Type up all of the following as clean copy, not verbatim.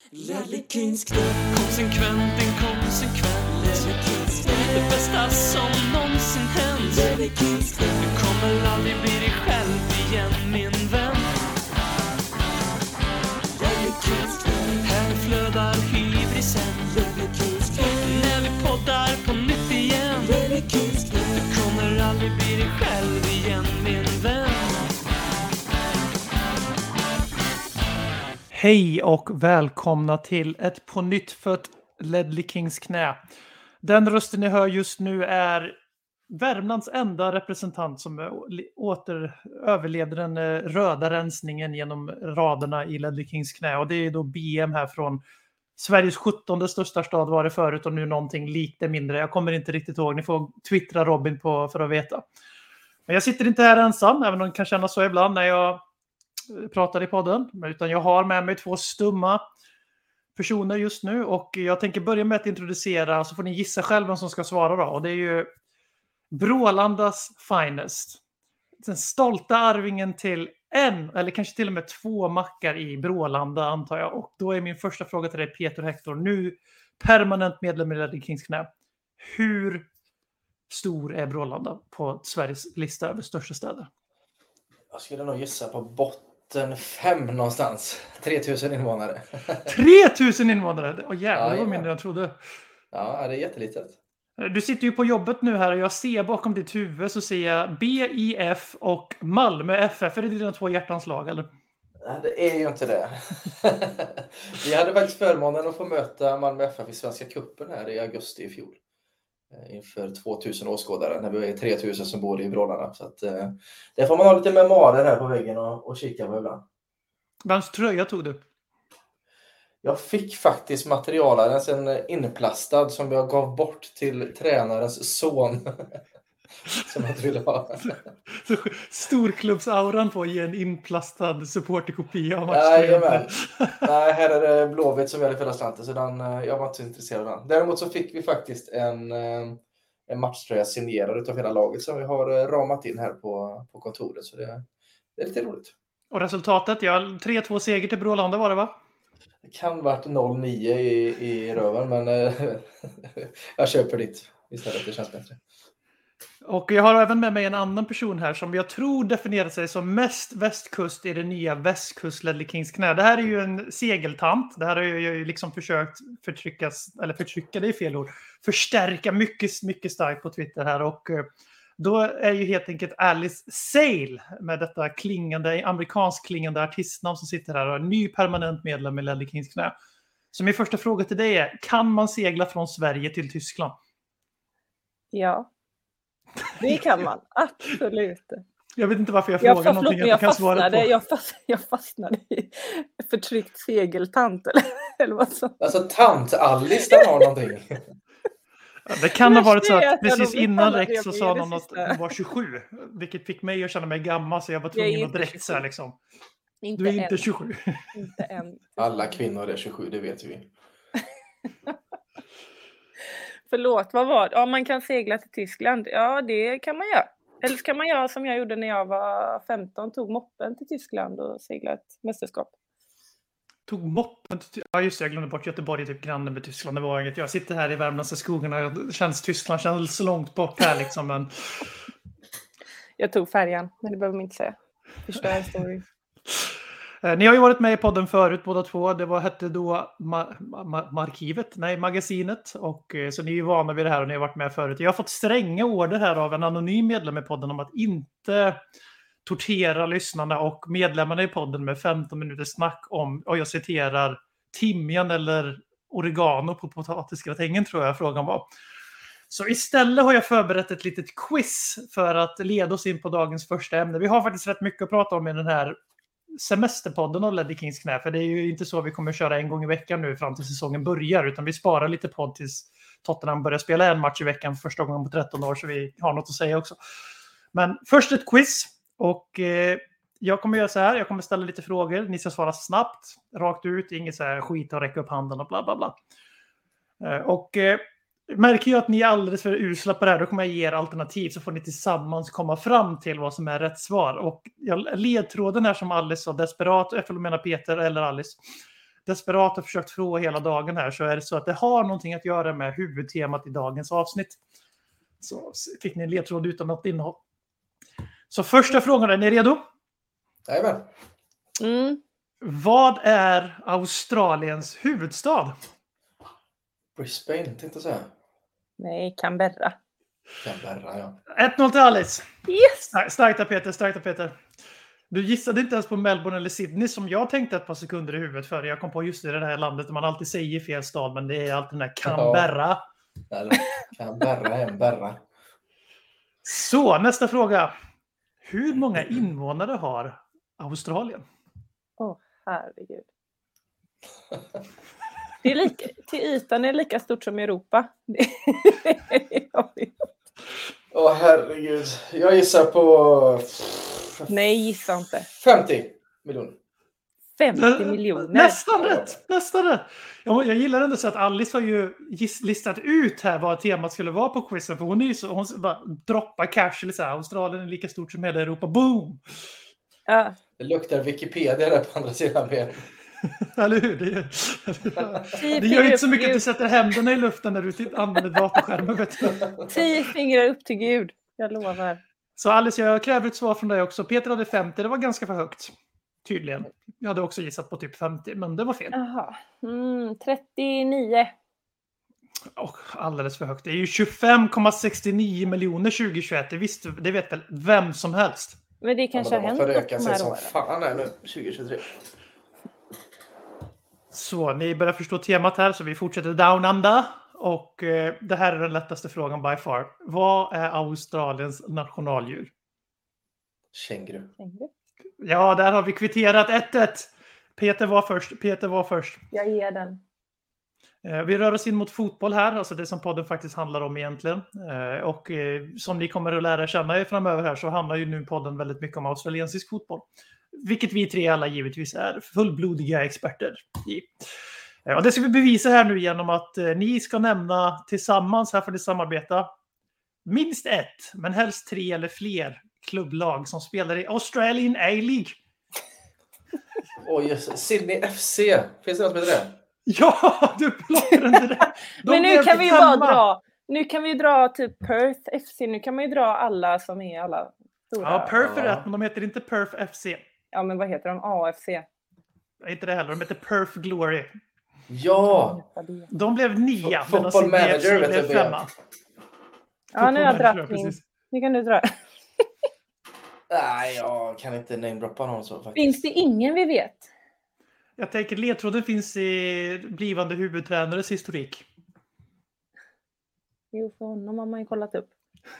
Ledley Kings knä. Konsekvent, inkonsekvent. Ledley Kings knä. Det bästa som någonsin hänt. Ledley Kings knä. Du kommer aldrig bli dig själv igen, min vän. Ledley Kings knä. Här flödar hybrisen. Ledley Kings knä. När vi poddar på nytt igen. Ledley Kings knä. Du kommer aldrig bli dig själv igen, min vän. Hej och välkomna till ett på nytt fött Ledley Kings knä. Den rösten ni hör just nu är Värmlands enda representant som överlevde den röda rensningen genom raderna i Ledley Kings knä. Och det är då BM här från Sveriges 17:e största stad var det förut och nu någonting lite mindre. Jag kommer inte riktigt ihåg, ni får twittra Robin för att veta. Men jag sitter inte här ensam, även om det kan kännas så ibland när jag pratar i podden, utan jag har med mig två stumma personer just nu och jag tänker börja med att introducera, så får ni gissa själv vem som ska svara då, och det är ju Brålandas finest, den stolta arvingen till en eller kanske till och med två mackar i Brålanda antar jag, och då är min första fråga till dig Peter Hector, nu permanent medlem i Ledley Kings knä. Hur stor är Brålanda på Sveriges lista över största städer? Jag skulle nog gissa på botten 5 någonstans. 3000 invånare. 3000 invånare? Åh jävlar, det var mindre än jag trodde. Ja, det är jättelitet. Du sitter ju på jobbet nu här och jag ser bakom ditt huvud så ser jag BIF och Malmö FF. Är det dina två hjärtans lag, eller? Nej, det är ju inte det. Vi hade faktiskt förmånen att få möta Malmö FF i Svenska cupen här i augusti i fjol. Inför 2000 åskådare när vi är 3000 som bor i Brålanda. Så att, det får man ha lite memoarer här på väggen och kika på ibland. Vems tröja tog du? Jag fick faktiskt materialen sen inplastad som jag gav bort till tränarens son. Som jag ville ha. Storklubbsauran på att ge en inplastad supporterkopia av matchtröjan. Nej, här är det Blåvitt som gäller för slanten, så jag var inte så intresserad av den. Däremot så fick vi faktiskt en matchtröja signerad av hela laget som vi har ramat in här på kontoret, så det är lite roligt. Och resultatet, 3-2 seger till Brålanda var det, va? Det kan varit 0-9 i röven, men jag köper ditt istället, det känns bättre. Och jag har även med mig en annan person här som jag tror definierar sig som mest västkust i det nya västkust Ledley Kings knä. Det här är ju en segeltant. Det här har jag ju liksom försökt förtrycka, det är fel ord. Förstärka mycket, mycket starkt på Twitter här, och då är ju helt enkelt Alice Sale med detta amerikansk klingande artistnamn som sitter här och är ny permanent medlem i Ledley Kings knä. Så min första fråga till dig är, kan man segla från Sverige till Tyskland? Ja. Det kan man, absolut. Jag vet inte varför jag frågar någonting jag kan svara på. Jag fastnade i förtryckt segeltant eller vad så. Alltså tant Alice där har någonting. Det kan ha varit så att precis innan Rex så sa någon att hon var 27. Vilket fick mig att känna mig gammal, så jag var tvungen att direkt säga liksom. Du är inte 27. Inte än. Alla kvinnor är 27, det vet vi. Förlåt, vad var det? Ja, man kan segla till Tyskland. Ja, det kan man göra. Eller så kan man göra som jag gjorde när jag var 15. Tog moppen till Tyskland och seglade ett mästerskap. Tog moppen till... Ja, just det, jag glömde bort Göteborg, typ grannen med Tyskland. Det var inget. Jag sitter här i Värmlands skogarna. Tyskland känns så långt bort här liksom. Men... Jag tog färjan, men det behöver man inte säga. Förstår en story. Ni har ju varit med i podden förut båda två. Det hette då Magasinet. Och, så ni är ju vana vid det här och ni har varit med förut. Jag har fått stränga order här av en anonym medlem i podden om att inte tortera lyssnarna och medlemmarna i podden med 15 minuters snack om, och jag citerar, timjan eller oregano på potatisgratängen tror jag frågan var. Så istället har jag förberett ett litet quiz för att leda oss in på dagens första ämne. Vi har faktiskt rätt mycket att prata om i den här semesterpodden av Ledley Kings knä, för det är ju inte så vi kommer köra en gång i veckan nu fram till säsongen börjar, utan vi sparar lite podd tills Tottenham börjar spela en match i veckan för första gången på 13 år, så vi har något att säga också. Men först ett quiz, och jag kommer göra så här, jag kommer ställa lite frågor, ni ska svara snabbt, rakt ut, inget så här skit och räcka upp handen och bla bla bla. Och märker jag att ni är alldeles för usla på det här, då kommer jag ge er alternativ så får ni tillsammans komma fram till vad som är rätt svar. Och ledtråden här som Alice sa, desperat, jag menar Peter eller Alice, desperat har försökt fråga hela dagen här, så är det så att det har någonting att göra med huvudtemat i dagens avsnitt. Så fick ni en ledtråd utan något innehåll. Så första frågan, är ni redo? Jajamän. Vad är Australiens huvudstad? Brisbane, tänkte jag säga. Nej, Canberra. Canberra, ja. 1-0 till Alice. Yes! Starkt Peter. Du gissade inte ens på Melbourne eller Sydney som jag tänkte ett par sekunder i huvudet för. Jag kom på just det här landet där man alltid säger fel stad, men det är alltid den där Canberra. Ja. Canberra. Så, nästa fråga. Hur många invånare har Australien? Herregud. Det är till ytan är lika stort som Europa. Herregud. Jag gissar på... Nej, gissa inte. 50 miljoner. 50 miljoner. Nästan rätt. Jag gillar ändå så att Alice har ju listat ut här vad temat skulle vara på quizen. För hon bara droppar casually så här. Australien är lika stort som hela Europa. Boom! Ja. Det luktar Wikipedia där på andra sidan ben. Eller hur? Det gör inte så mycket att du sätter händerna i luften när du använder datorskärmen. 10 fingrar upp till Gud. Jag lovar. Så Alice, jag kräver ett svar från dig också. Peter hade 50, det var ganska för högt. Tydligen. Jag hade också gissat på typ 50, men det var fel. Jaha. 39. Alldeles för högt. Det är ju 25,69 miljoner 2021. Det vet väl vem som helst. Men det kanske har hänt förökar de sig här som åren. fan här nu, 2023. Så ni börjar förstå temat här, så vi fortsätter down under. Och det här är den lättaste frågan by far. Vad är Australiens nationaldjur? Känguru. Ja, där har vi kvitterat 1-1. Peter var först. Jag ger den. Vi rör oss in mot fotboll här, alltså det som podden faktiskt handlar om egentligen. Och som ni kommer att lära känna er framöver här, så handlar ju nu podden väldigt mycket om australiensisk fotboll. Vilket vi tre alla givetvis är fullblodiga experter i. Och det ska vi bevisa här nu genom att ni ska nämna tillsammans, här får ni samarbeta, minst ett, men helst 3 eller fler klubblag som spelar i Australian A-League. Just Sydney FC. Finns det något med det? Ja, du plockar den direkt. Men nu kan vi ju bara dra. Nu kan vi dra typ Perth FC. Nu kan man ju dra alla som är alla stora. Ja, Perth är rätt, men de heter inte Perth FC. Ja, men vad heter de? AFC. Inte det heller, de heter Perth Glory. Ja! De blev 9. Football Manager vet blev 5. Ja, nu har jag dratt min. Nu kan du dra. Nej, jag kan inte namedroppa någon så faktiskt. Finns det ingen vi vet? Jag tänker ledtråden finns i blivande huvudtränares historik. Jo, för honom har man ju kollat upp.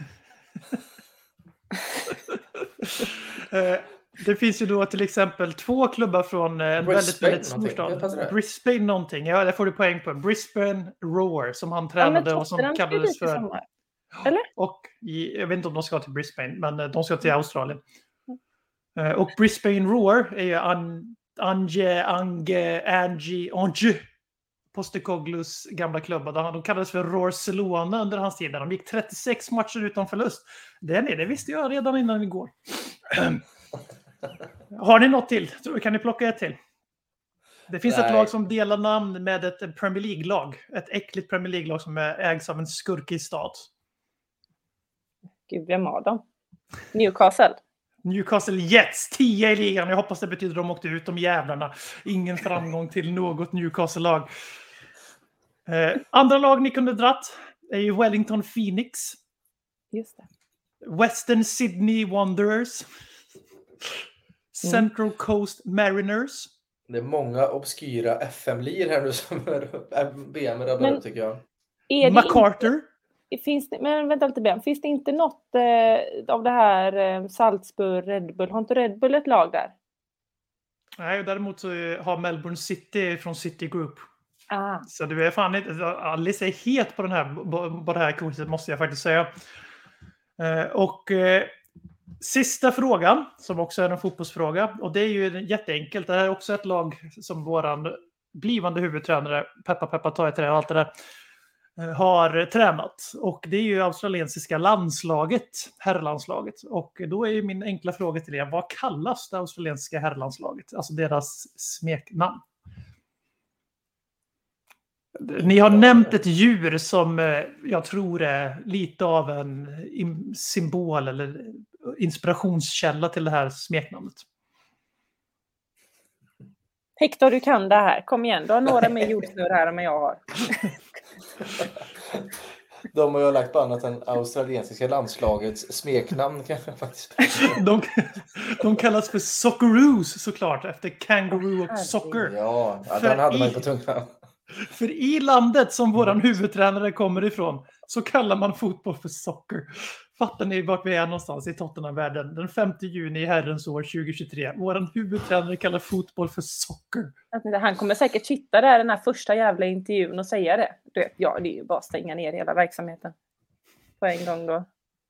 Det finns ju då till exempel 2 klubbar från en väldigt stor stad. Brisbane någonting. Ja, det får du poäng på. Brisbane Roar som han tränade och som kallades för... Eller? Och jag vet inte om de ska till Brisbane, men de ska till Australien. Och Brisbane Roar är ju Ange Postecoglou's gamla klubba. De kallades för Barcelona under hans tid. De gick 36 matcher utan förlust. Det visste jag redan innan igår. Har ni något till? Kan ni plocka ett till? Det finns ett lag som delar namn med ett Premier League-lag. Ett äckligt Premier League-lag som ägs av en skurkig stat. Gud, vem har de? Newcastle Jets, 10 i ligan. Jag hoppas det betyder att de åkte ut, de jävlarna. Ingen framgång till något Newcastle-lag. Andra lag ni kunde dratt är ju Wellington Phoenix. Just det. Western Sydney Wanderers. Central Coast Mariners. Det är många obskyra FM-lir här nu som BM rabblar upp tycker jag. MacArthur. Men vänta lite Ben. Finns det inte något av det här Salzburg, Red Bull? Har inte Red Bull ett lag där? Nej, däremot så har Melbourne City från City Group. Så du är fan inte... Alice är het på det här kurset måste jag faktiskt säga. Och sista frågan, som också är en fotbollsfråga. Och det är ju jätteenkelt. Det här är också ett lag som våran blivande huvudtränare, Peppa ta ett trä och allt det där, har tränat. Och det är ju australiensiska landslaget, herrlandslaget. Och då är ju min enkla fråga till er, vad kallas det australiensiska herrlandslaget? Alltså deras smeknamn. Ni har nämnt ett djur som jag tror är lite av en symbol eller inspirationskälla till det här smeknamnet. Hector, du kan det här. Kom igen, du har några mer jordsnurr här än jag har. De har ju lagt på annat än australiensiska landslagets smeknamn kan jag faktiskt. De kallas för Socceroos såklart, efter kangaroo och soccer. Ja, den hade man ju på tungan. För i landet som våran huvudtränare kommer ifrån så kallar man fotboll för soccer. Fattar ni vart vi är någonstans i Tottenham-världen? Den 5 juni i herrens år 2023. Våran huvudtränare kallar fotboll för soccer. Han kommer säkert sitta där den här första jävla intervjun och säga det. Du vet, ja, det är ju bara att stänga ner hela verksamheten på en gång då.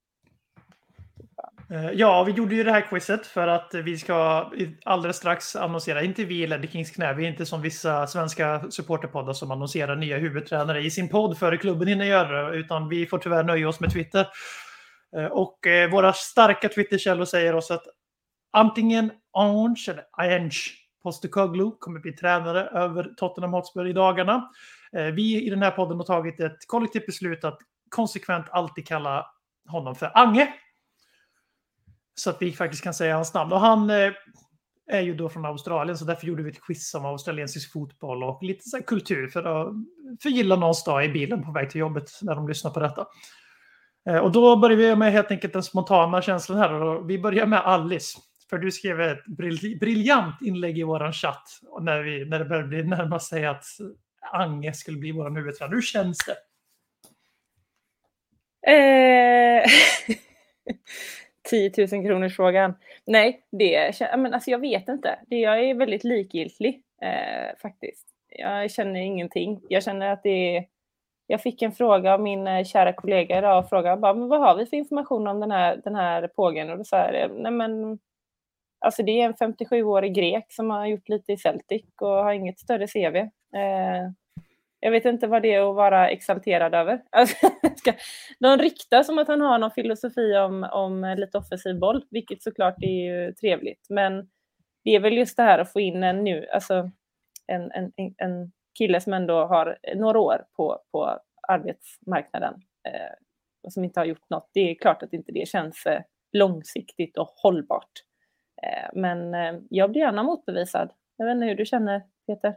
Ja, vi gjorde ju det här quizet för att vi ska alldeles strax annonsera, inte vi i Ledley Kings knä, vi är inte som vissa svenska supporterpoddar som annonserar nya huvudtränare i sin podd före klubben hinner göra, utan vi får tyvärr nöja oss med Twitter. Och våra starka Twitterkällor säger oss att antingen Ange eller Ange Postecoglou kommer bli tränare över Tottenham Hotspur i dagarna. Vi i den här podden har tagit ett kollektivt beslut att konsekvent alltid kalla honom för Ange. Så att vi faktiskt kan säga hans namn. Och han är ju då från Australien, så därför gjorde vi ett quiz om australiensisk fotboll och lite så här kultur för att förgilla någons dag i bilen på väg till jobbet när de lyssnar på detta. Och då börjar vi med helt enkelt den spontana känslan här. Och vi börjar med Alice. För du skrev ett briljant inlägg i våran chatt när det började bli närmast sig att Ange skulle bli våran huvudtränare. Hur känns det? 10 000 kronors frågan. Nej, jag vet inte. Jag är väldigt likgiltig faktiskt. Jag känner ingenting. Jag känner att jag fick en fråga av min kära kollega idag och frågade bara, men vad har vi för information om den här pågen? Och då sa jag, nej men alltså det är en 57-årig grek som har gjort lite i Celtic och har inget större CV. Jag vet inte vad det är att vara exalterad över. Alltså, de ryktar som att han har någon filosofi om lite offensiv boll, vilket såklart är ju trevligt. Men det är väl just det här att få in en kille som ändå har några år på arbetsmarknaden och som inte har gjort något. Det är klart att inte det känns långsiktigt och hållbart. Men jag blir gärna motbevisad. Jag vet inte hur du känner, Peter.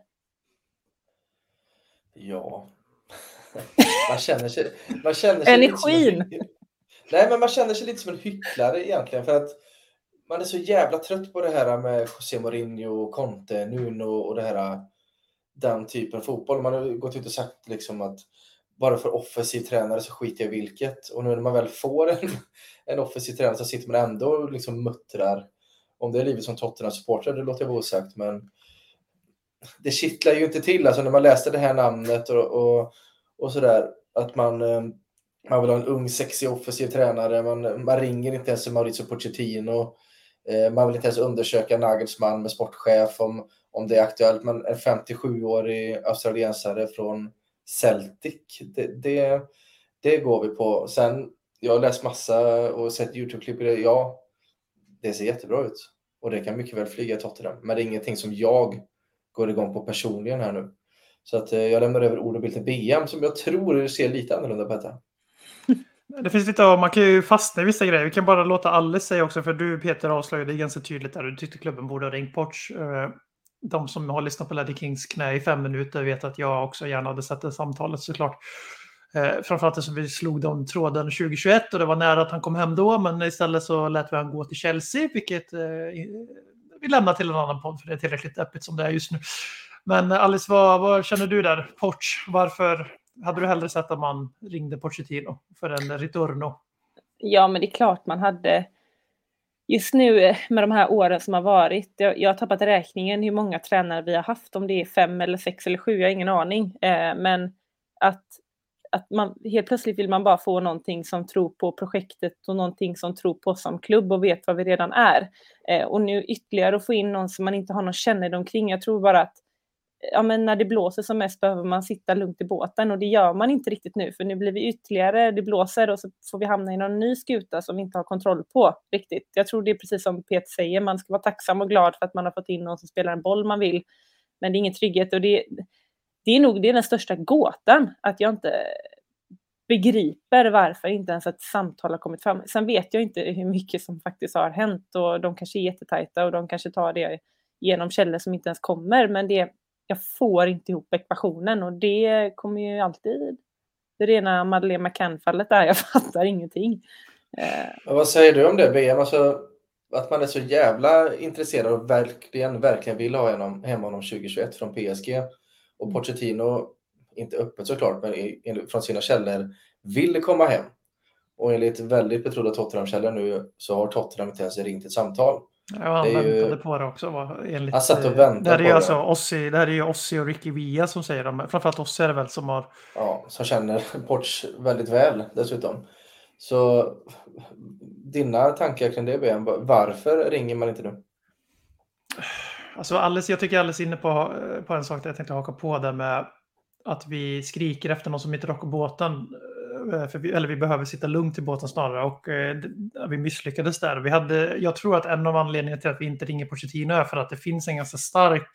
Ja. Man känner sig energin. Nej, men man känner sig lite som en hycklare egentligen, för att man är så jävla trött på det här med José Mourinho, Conte, Nuno och det här, den typen av fotboll. Man har gått ut och sagt liksom att bara för offensiv tränare så skiter jag i vilket. Och nu när man väl får en offensiv tränare så sitter man ändå och liksom muttrar. Om det är livet som Tottenham-supporter, det låter jag vara osagt, men det kittlar ju inte till. Alltså när man läste det här namnet och sådär, att man vill ha en ung, sexig, offensiv tränare. Man ringer inte ens till Maurizio Pochettino. Man vill inte ens undersöka Nagelsmann med sportchef om det är aktuellt. Men en 57-årig australiensare från Celtic, det går vi på. Sen, jag har läst massa och sett YouTube-klipp i det. Ja, det ser jättebra ut. Och det kan mycket väl flyga i Tottenham. Men det är ingenting som jag går igång på personligen här nu. Så att jag lämnar över ord och bild till BM som jag tror ser lite annorlunda på detta. Det finns lite av, man kan ju fastna i vissa grejer. Vi kan bara låta Alice säga också, för du Peter avslöjade ganska tydligt där. Du tyckte klubben borde ha ringt Poch. De som har lyssnat på Ledley Kings knä i 5 minuter vet att jag också gärna hade sett det samtalet såklart. Framförallt som vi slog de tråden 2021 och det var nära att han kom hem då, men istället så lät vi han gå till Chelsea, vilket vi lämnar till en annan podd för det är tillräckligt öppet som det är just nu. Men Alice, vad känner du där? Poch, varför hade du hellre sett att man ringde Pochettino för en ritorno? Ja, men det är klart man hade. Just nu med de här åren som har varit, jag har tappat räkningen hur många tränare vi har haft, om det är 5 eller 6 eller 7, jag har ingen aning. Men att man helt plötsligt vill man bara få någonting som tror på projektet och någonting som tror på oss som klubb och vet vad vi redan är. Och nu ytterligare att få in någon som man inte har någon kännedom kring. Jag tror bara att men när det blåser som mest behöver man sitta lugnt i båten, och det gör man inte riktigt nu, för nu blir vi ytterligare, det blåser och så får vi hamna i någon ny skuta som vi inte har kontroll på riktigt. Jag tror det är precis som Peter säger, man ska vara tacksam och glad för att man har fått in någon som spelar en boll man vill, men det är ingen trygghet. Och det är den största gåtan, att jag inte begriper varför inte ens ett samtal har kommit fram. Sen vet jag inte hur mycket som faktiskt har hänt, och de kanske är jättetajta och de kanske tar det genom källor som inte ens kommer, men jag får inte ihop ekvationen, och det kommer ju alltid det rena Madeleine McCann-fallet där, jag fattar ingenting. Vad säger du om det, BM? Alltså, att man är så jävla intresserad och verkligen vill ha hem honom 2021 från PSG, och Pochettino, inte öppet såklart, men från sina källor vill komma hem. Och enligt väldigt betrodda Tottenham-källor nu så har Tottenham inte ens ringt ett samtal. Ja, han väntade på det också. Enligt, han satt och väntade på det. Det här är ju Ossi och Ricky Villa som säger det. Framförallt Ossi är det väl som har... Ja, som känner Poch väldigt väl dessutom. Så dina tankar kring det, BM, varför ringer man inte nu? Alltså jag tycker Alice är inne på en sak där jag tänkte haka på det med att vi skriker efter någon som inte rockar båten. Eller vi behöver sitta lugnt i båten snarare, och vi misslyckades där. Jag tror att en av anledningarna till att vi inte ringer Pochettino är för att det finns en ganska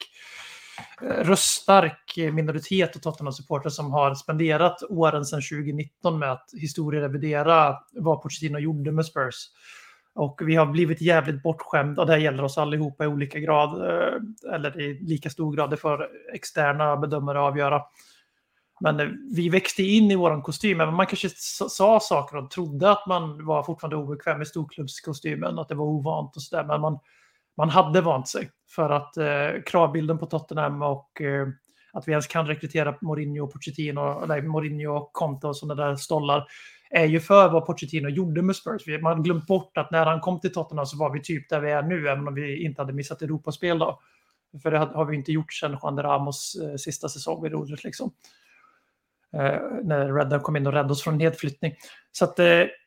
röststark minoritet av Tottenham-supportrar som har spenderat åren sedan 2019 med att historierevidera vad Pochettino gjorde med Spurs. Och vi har blivit jävligt bortskämda, och det gäller oss allihopa i olika grad, eller i lika stor grad, det får externa bedömare avgöra. Men vi växte in i våran kostym, men man kanske sa saker och trodde att man var fortfarande obekväm i storklubbskostymen, att det var ovant och sådär, men man hade vant sig för att kravbilden på Tottenham och att vi ens kan rekrytera Mourinho och Pochettino, eller Mourinho och Conte och sådana där stollar, är ju för vad Pochettino gjorde med Spurs. Man har glömt bort att när han kom till Tottenham så var vi typ där vi är nu, även om vi inte hade missat Europaspel då. För det har vi inte gjort sedan Juan de Ramos sista säsong vid rodret liksom. När Redden kom in och räddade oss från nedflyttning. Så att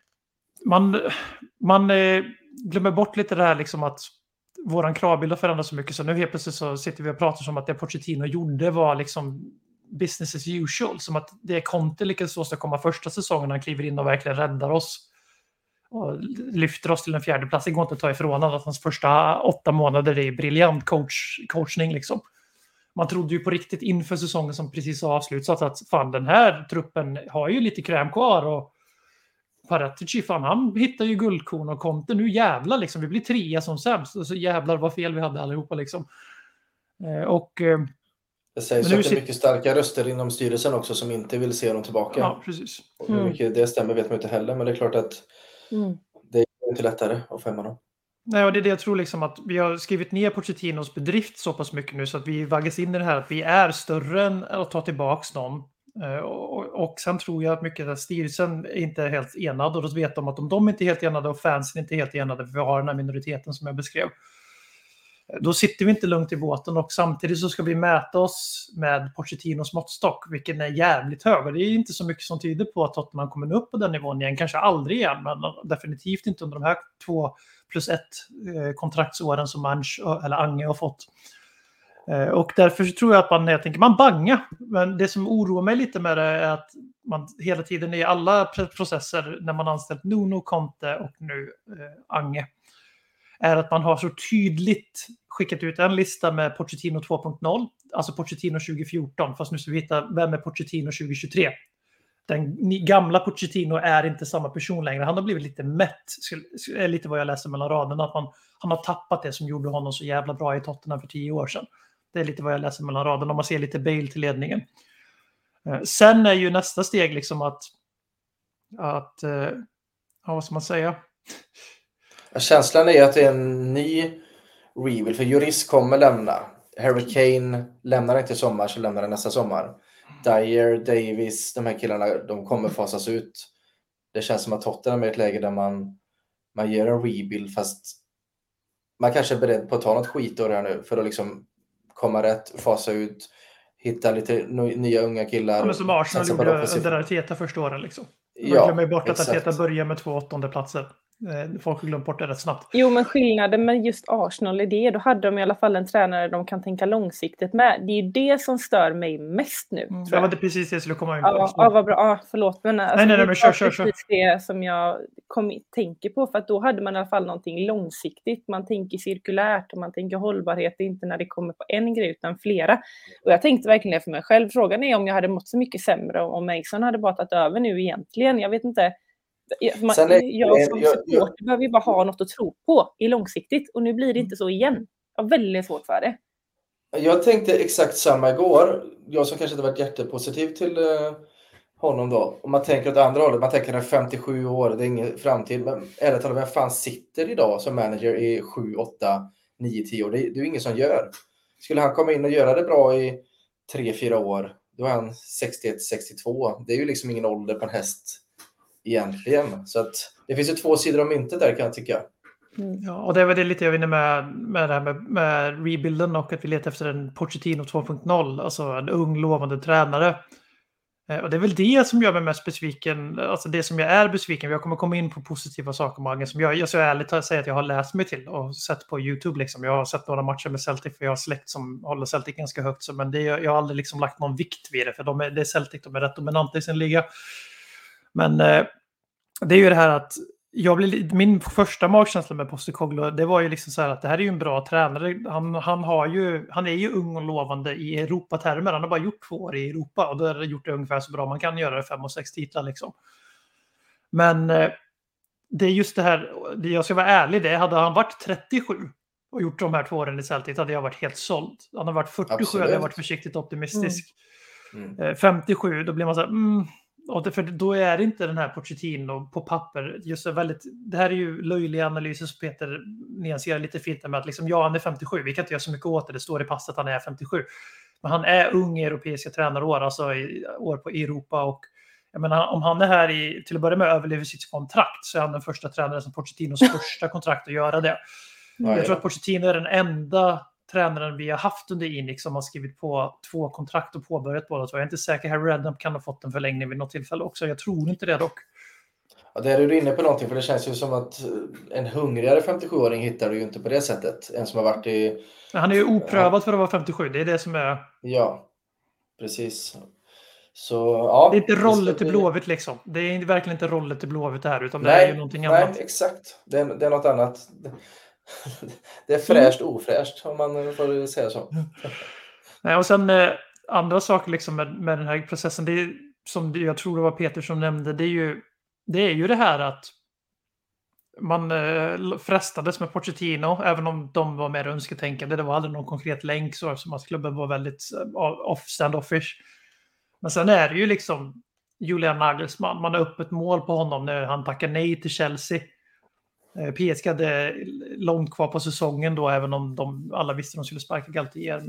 man glömmer bort lite det här liksom, att våran kravbild har förändrats så mycket, så nu helt plötsligt så sitter vi och pratar som att det Pochettino gjorde var liksom business as usual, som att det Conte lyckades åstadkomma första säsongen, han kliver in och verkligen räddar oss och lyfter oss till en 4:e plats. Det går inte att ta ifrån att hans första 8 månader är briljant coachning liksom. Man trodde ju på riktigt inför säsongen som precis har avslutats att fan, den här truppen har ju lite kräm kvar, och Paratici, fan, han hittar ju guldkorn, och Conte, nu jävlar liksom, vi blir 3 som sämst, och så jävlar vad fel vi hade allihopa liksom. Det sägs att det är mycket starka röster inom styrelsen också som inte vill se dem tillbaka. Ja, precis. Hur mycket det stämmer vet man inte heller, men det är klart att det är inte lättare att femma dem. Nej, och det är det jag tror liksom, att vi har skrivit ner Pochettinos bedrift så pass mycket nu så att vi vaggas in i det här att vi är större än att ta tillbaks någon. Och sen tror jag att mycket av styrelsen är inte helt enad, och då vet de att om de inte är helt enade och fansen inte är helt enade, för vi har den här minoriteten som jag beskrev, då sitter vi inte lugnt i båten, och samtidigt så ska vi mäta oss med Pochettinos måttstock, vilken är jävligt hög, och det är inte så mycket som tyder på att Tottenham kommer upp på den nivån igen, kanske aldrig igen, men definitivt inte under de här 2+1 kontraktsåren som Ange har fått. Och därför tror jag att helt enkelt man bangar. Men det som oroar mig lite med det är att man hela tiden i alla processer när man anställt Nuno, Conte och nu Ange, är att man har så tydligt skickat ut en lista med Pochettino 2.0, alltså Pochettino 2014, fast nu ska vi hitta vem är Pochettino 2023. Den gamla Pochettino är inte samma person längre. Han har blivit lite mätt, är lite vad jag läser mellan raderna, att han har tappat det som gjorde honom så jävla bra i Tottenham för 10 år sedan. Det är lite vad jag läser mellan raderna, om man ser lite Bale till ledningen. Sen är ju nästa steg liksom att vad ska man säga? Känslan är att det är en ny rebuild, för Lloris kommer lämna. Harry Kane lämnar inte i sommar, så lämnar han nästa sommar. Dyer, Davis, de här killarna, de kommer fasas ut. Det känns som att Tottenham är ett läge där man gör en rebuild, fast man kanske är beredd på att ta något skit här nu för att liksom komma rätt, fasa ut, hitta lite nya unga killar. Ja, men som Arsenal gjorde under Arteta första åren liksom. Man glömmer bort att Arteta börjar med 2 8:e platser. Folk har glömt bort det rätt snabbt. Jo, men skillnaden med just Arsenal är det. Då hade de i alla fall en tränare de kan tänka långsiktigt med. Det är ju det som stör mig mest nu. Tror Det jag. var det precis det jag skulle komma in på. Ja, vad bra. Ja, förlåt. Men, alltså, nej, men det kör. precis det som jag tänker på. För att då hade man i alla fall någonting långsiktigt. Man tänker cirkulärt och man tänker hållbarhet. Inte när det kommer på en grej utan flera. Och jag tänkte verkligen det för mig själv. Frågan är om jag hade mått så mycket sämre om Mason hade bara tagit över nu egentligen. Jag vet inte. Jag som supporter behöver ju bara ha något att tro på i långsiktigt. Och nu blir det inte så igen. Jag har väldigt svårt för det. Jag tänkte exakt samma igår. Jag som kanske inte varit jättepositiv till honom då. Om man tänker åt andra hållet. Man tänker att 57 år, det är ingen framtid. Men ärligt talat, vem fan sitter idag som manager i 7, 8, 9, 10 år? Det är ju ingen som gör. Skulle han komma in och göra det bra i 3-4 år, då är han 61-62. Det är ju liksom ingen ålder på en häst egentligen. Så att det finns ju två sidor om myntet där kan jag tycka. Ja, och det var det lite jag vinner med det här med rebuilden och att vi letar efter en Pochettino 2.0, alltså en ung lovande tränare. Och det är väl det som gör mig mest besviken, alltså det som jag är besviken. Jag kommer komma in på positiva saker, Magen, som jag så ärligt att säga att jag har läst mig till och sett på YouTube liksom. Jag har sett några matcher med Celtic för jag har släkt som håller Celtic ganska högt, så, men jag har aldrig liksom lagt någon vikt vid det, för det är Celtic, de är rätt dominanta i sin liga. Men det är ju det här att min första magkänsla med Postecoglou, det var ju liksom så här att det här är ju en bra tränare. Han är ju ung och lovande i Europatermer. Han har bara gjort 2 år i Europa och då har det gjort det ungefär så bra man kan göra det, 5 och 6 titlar liksom. Men det är just det här, jag ska vara ärlig, det hade han varit 37 och gjort de här 2 åren i Celtic hade jag varit helt såld. Han har varit 47, hade jag varit försiktigt optimistisk. 57, då blir man så här, och för då är det inte den här Pochettino på papper. Just det här är ju löjliga analyser som Peter nyanserar lite fint med att liksom, han är 57. Vi kan inte göra så mycket åt det. Det står i passet att han är 57. Men han är ung i europeiska tränarår, alltså i år på Europa. Och jag menar, om han är här till att börja med överlever sitt kontrakt, så är han den första tränaren som Pochettinos första kontrakt att göra det. Jag tror att Pochettino är den enda tränaren vi har haft under Inix som har skrivit på 2 kontrakt och påbörjat båda. Så jag är inte säker. Harry Redknapp kan ha fått en förlängning vid något tillfälle också. Jag tror inte det dock. Ja, där är du inne på någonting, för det känns ju som att en hungrigare 57-åring hittar du ju inte på det sättet. En som har varit i... Han är ju oprövad för att vara 57. Det är det som är... Ja, precis. Så, ja, det är inte rollet till Blåvitt liksom. Det är verkligen inte rollet till Blåvitt det här, utan det är ju någonting annat. Nej, exakt. Det är något annat. Det är fräscht, ofräscht, om man får säga så. Nej, och sen andra saker liksom med den här processen, det är, som jag tror det var Peter som nämnde, det är ju det här att man frestades med Pochettino, även om de var mer önsketänkande. Det var aldrig någon konkret länk, så eftersom att klubben var väldigt standoffish. Men sen är det ju liksom Julian Nagelsmann. Man har upp ett mål på honom när han tackar nej till Chelsea. PSG hade långt kvar på säsongen då, även om alla visste att de skulle sparka Galtier.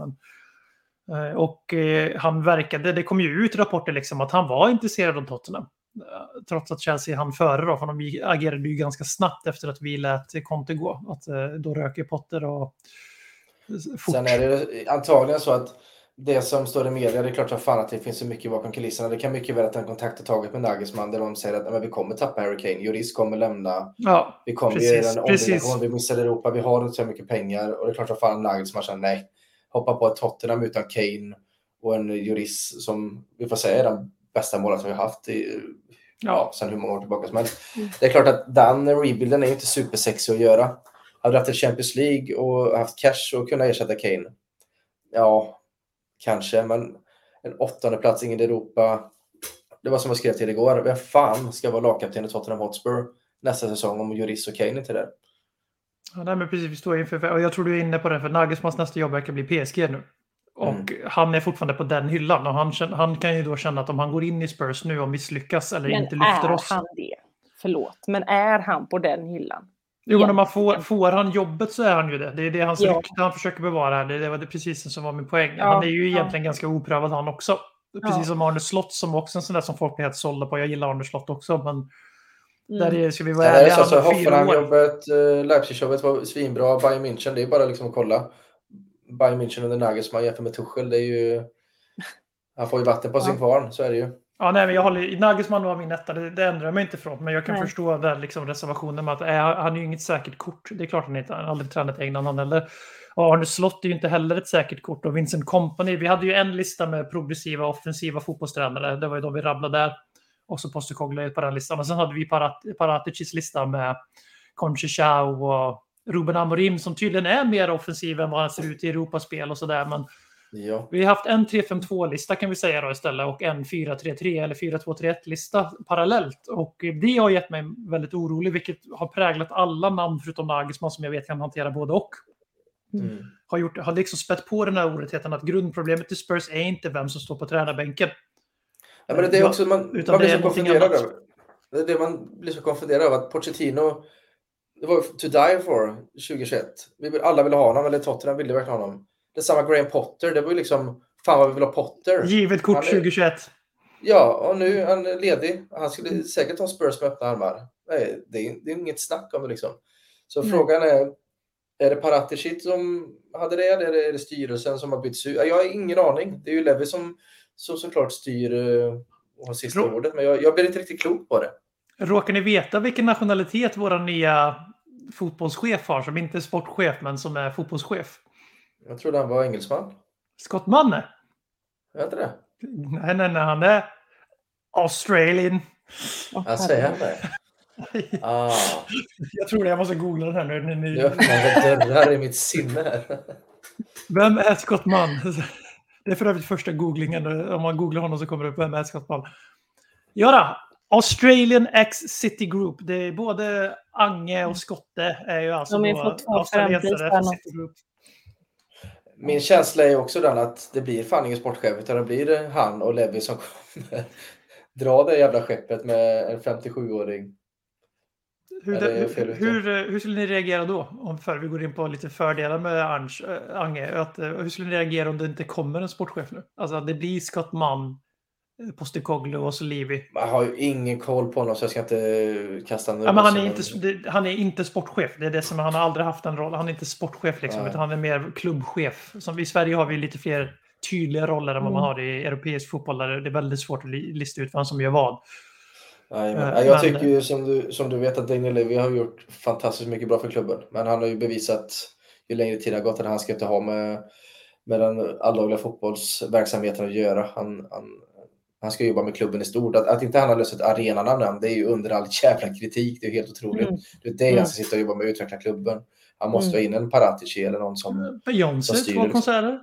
Och han verkade, det kom ju ut rapporter liksom att han var intresserad av Tottenham. Trots att Chelsea hann före då, för de agerade ju ganska snabbt efter att vi lät Conte gå. Att då röker Potter och fort. Sen är det antagligen så att det som står i media, det är klart att det finns så mycket bakom kulisserna. Det kan mycket väl att en kontakt har tagit med Nagelsmann där de säger att men vi kommer tappa Harry Kane. Juris kommer lämna. Ja, vi kommer göra en ombyggnation. Vi missar Europa. Vi har inte så mycket pengar. Och det är klart att Nagelsmann säger nej. Hoppa på ett Tottenham utan Kane och en Juris som vi får säga är den bästa målet vi har haft sen hur många år tillbaka som helst. Det är klart att den rebuilden är inte supersexig att göra. Hade haft en Champions League och haft cash och kunna ersätta Kane. Ja, kanske, men en 8:e plats, ingen i Europa. Det var som jag skrev till igår. Vem fan ska vara lagkapten i Tottenham Hotspur nästa säsong om Juris och Kane inte där? Ja, nej, men precis, vi står inför, och jag tror du är inne på det, för Nagelsmanns nästa jobb verkar bli PSG nu. Och han är fortfarande på den hyllan. Och han kan ju då känna att om han går in i Spurs nu och misslyckas eller inte lyfter oss. Men är han det? Förlåt, men är han på den hyllan? Jo, men om man får han jobbet så är han ju det. Det är det hans rykte han försöker bevara här. Det var det precis som var min poäng. Han är ju egentligen ganska oprövad han också. Precis som Arne Slott som också en sån där som folk blir helt sålda på. Jag gillar Arne Slott också, men där ska vi vara ärliga. Så Hoffenheim-jobbet, Leipzig-jobbet var svinbra. Bayern München, det är bara liksom att kolla. Bayern München under Nagelsmann jämfört med Tuchel, det är ju... Han får ju vatten på sin kvarn, så är det ju. Ja, nej, men jag håller Nagelsmann var min etta, det ändrar jag mig inte från. Men jag kan förstå den liksom, reservationen med att han är ju inget säkert kort. Det är klart han inte, han har aldrig tränat i England han heller. Och Arne Slott är ju inte heller ett säkert kort. Och Vincent Kompany, vi hade ju en lista med progressiva offensiva fotbollstränare. Det var ju de vi rabblade där. Och så Postecoglou på den listan. Och sen hade vi Paraticis lista med Conceição och Ruben Amorim som tydligen är mer offensiv än vad han ser ut i Europaspel och sådär. Men Ja. vi har haft en 3-5-2-lista kan vi säga då istället och en 4-3-3 eller 4-2-3-1-lista parallellt. Och det har gett mig väldigt orolig, vilket har präglat alla namn förutom Nagelsmann som jag vet kan hantera både och. Har liksom spett på den här orättheten att grundproblemet i Spurs är inte vem som står på tränarbänken. Ja, men det är också man blir så konfunderad över. Det man blir så konfunderad över att Pochettino, det var to die for 2021. Alla ville ha honom, eller Tottenham ville verkligen ha honom. Det är samma Graham Potter, det var ju liksom fan vad vi vill ha Potter. Givet kort 2021. Ja, och nu är han ledig. Han skulle säkert ha Spurs med öppna armar. Nej, det är inget snack om det liksom. Så frågan är det Paratici som hade det eller är det styrelsen som har bytts ut? Jag har ingen aning. Det är ju Levy som såklart styr och har sista ordet. Men jag blir inte riktigt klok på det. Råkar ni veta vilken nationalitet vår nya fotbollschef har som inte är sportchef men som är fotbollschef? Jag trodde han var engelsman. Scott Manne? Är inte det? Nej, han är Australian. Jag säger han det. Jag tror det, jag måste googla den här nu. Jag öppnar dörrar i mitt sinne här. Vem är Scott Mann? Det är för övrigt första googlingen. Om man googlar honom så kommer det upp vem är Scott Mann. Ja då, Australian X City Group. Det är både Ange och Skotte är ju alltså australiensare City Group. Min känsla är också den att det blir fan ingen sportchef utan det blir han och Levy som kommer dra det jävla skeppet med en 57-åring. Hur skulle ni reagera då? Om vi går in på lite fördelar med Ange. Hur skulle ni reagera om det inte kommer en sportchef nu? Alltså det blir Scott Mann, Postecoglou och så Levy. Man har ju ingen koll på honom så jag ska inte kasta honom. Ja, men han är inte sportchef. Det är det som han har aldrig haft en roll. Han är inte sportchef liksom, utan han är mer klubbchef. Som i Sverige har vi lite fler tydliga roller än vad man har i europeisk fotboll där det är väldigt svårt att lista ut vem som gör vad. Jag tycker ju som du vet att Daniel Levy har gjort fantastiskt mycket bra för klubben. Men han har ju bevisat ju längre tid har gått att han ska inte ha med den allagliga fotbollsverksamheten att göra. Han ska jobba med klubben i stort. Att inte han har löst ett arenanamn, det är ju under all jävla kritik. Det är helt otroligt. Det är det han ska sitta och jobba med att utveckla klubben. Han måste ha in en Paratici eller någon som Beyoncé, 2 konserter.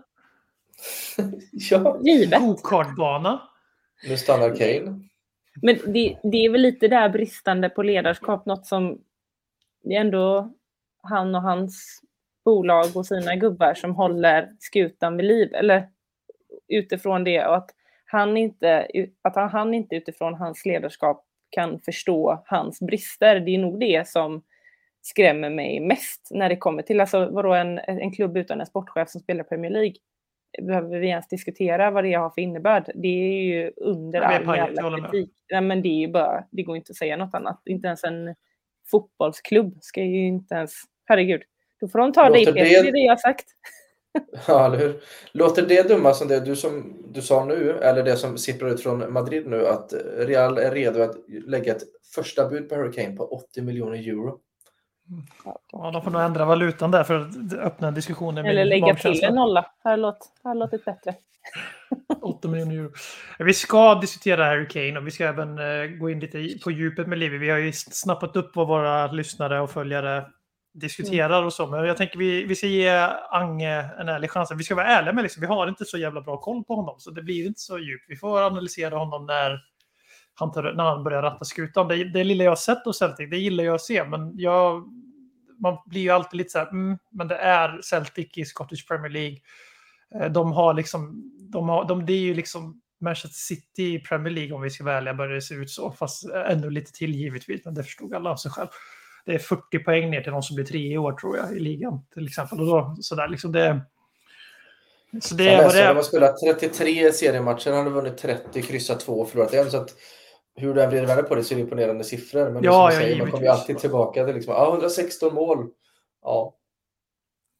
Ja. Go-kartbana. Nu stannar Kane. Men det är väl lite där bristande på ledarskap. Något som det är ändå han och hans bolag och sina gubbar som håller skutan vid liv. Eller utifrån det och att han inte utifrån hans ledarskap kan förstå hans brister. Det är nog det som skrämmer mig mest när det kommer till vadå en klubb utan en sportchef som spelar Premier League. Behöver vi ens diskutera vad det har för innebörd? Det är ju under all jävla kritik. Nej, men det är ju bara, det går inte att säga något annat. Inte ens en fotbollsklubb ska ju inte ens, herregud. Då får de ta det i Peter, det är det jag har sagt. Ja, eller hur? Låter det dumma som det du sa nu, eller det som sipprar ut från Madrid nu, att Real är redo att lägga ett första bud på Hurricane på 80 miljoner euro? Ja, de får nog ändra valutan där för att öppna diskussionen. Eller lägga till en nolla. Har låtit bättre. 8 miljoner euro. Vi ska diskutera Hurricane och vi ska även gå in lite på djupet med Levy. Vi har ju snappat upp vad våra lyssnare och följare diskuterar och så. Men jag tänker vi ska ge Ange en ärlig chans. Vi ska vara ärliga med vi har inte så jävla bra koll på honom. Så det blir inte så djupt. Vi får analysera honom när han börjar ratta skutan. Det lilla jag har sett och Celtic, det gillar jag att se. Men man blir ju alltid lite så här, men det är Celtic i Scottish Premier League. De har det är ju liksom Manchester City i Premier League om vi ska välja börjar det se ut så. Fast ännu lite till givetvis, men det förstod alla av sig själv. Det är 40 poäng ner till de som blir 3 i år tror jag i ligan till exempel. Och då, sådär, liksom det, så det är vad det är. Man skulle ha 33 seriematcher, han hade vunnit 30, kryssat 2 och förlorat 1. Så att hur den blir värre på det så är det imponerande siffror. Men man kommer ju alltid tillbaka till 116 mål. Ja.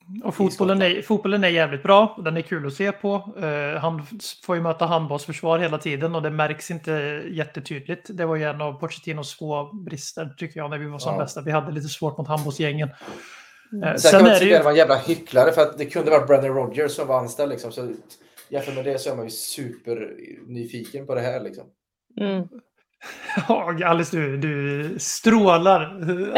Och fotbollen är jävligt bra. Den är kul att se på. Han får ju möta handbollsförsvar hela tiden och det märks inte jättetydligt. Det var ju en av Pochettinos få brister tycker jag när vi var som bästa. Vi hade lite svårt mot handbollsgängen. Sen kan man tycka att det var en jävla hycklare för att det kunde vara Brendan Rodgers som var anställd liksom. Så jämfört med det så är man ju super nyfiken på det här liksom. Ja, Alice, du strålar.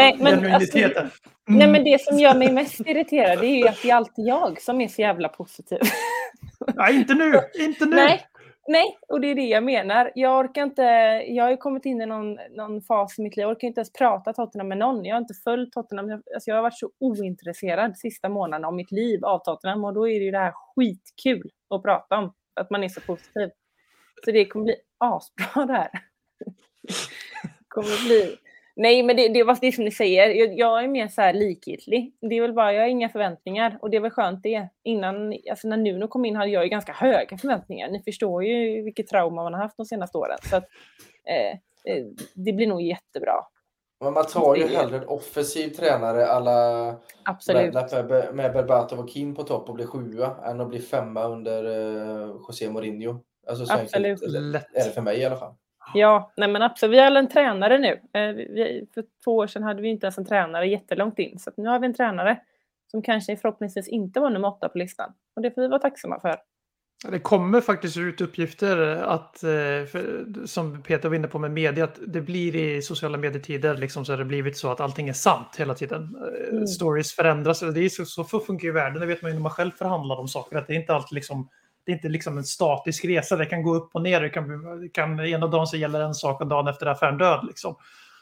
Nej, men det som gör mig mest irriterad är ju att det är alltid jag som är så jävla positiv. Nej, inte nu. Nej, och det är det jag menar. Jag orkar inte, jag har ju kommit in i någon fas i mitt liv. Jag orkar inte ens prata Tottenham med någon. Jag har inte följt Tottenham. Alltså jag har varit så ointresserad sista månaden av mitt liv av Tottenham. Och då är det ju det här skitkul att prata om. Att man är så positiv. Så det kommer bli asbra det här. Kommer bli... Nej, men det var det som ni säger. Jag är mer så här likgiltig. Det är väl bara, jag har inga förväntningar. Och det är väl skönt det. Innan, alltså när Nuno kom in hade jag ju ganska höga förväntningar. Ni förstår ju vilket trauma man har haft de senaste åren. Så att, det blir nog jättebra. Men man tar ju hellre en offensiv tränare alla med Berbatov och Keane på topp och bli 7:a än att bli 5:a under José Mourinho. Alltså så enkelt är det för mig i alla fall. Ja, nej men absolut. Vi har en tränare nu. För 2 år sedan hade vi inte ens en tränare jättelångt in. Så nu har vi en tränare som kanske förhoppningsvis inte var nummer 8 på listan. Och det får vi vara tacksamma för. Det kommer faktiskt ut uppgifter att, som Peter var inne på med media, att det blir i sociala medietider liksom, så har det blivit så att allting är sant hela tiden. Stories förändras. Det är så funkar ju världen. Det vet man ju när man själv förhandlar om saker. Att det är inte alltid liksom... Det är inte liksom en statisk resa. Det kan gå upp och ner. Det kan ena dagen så gäller en sak och dagen efter affären död. Liksom.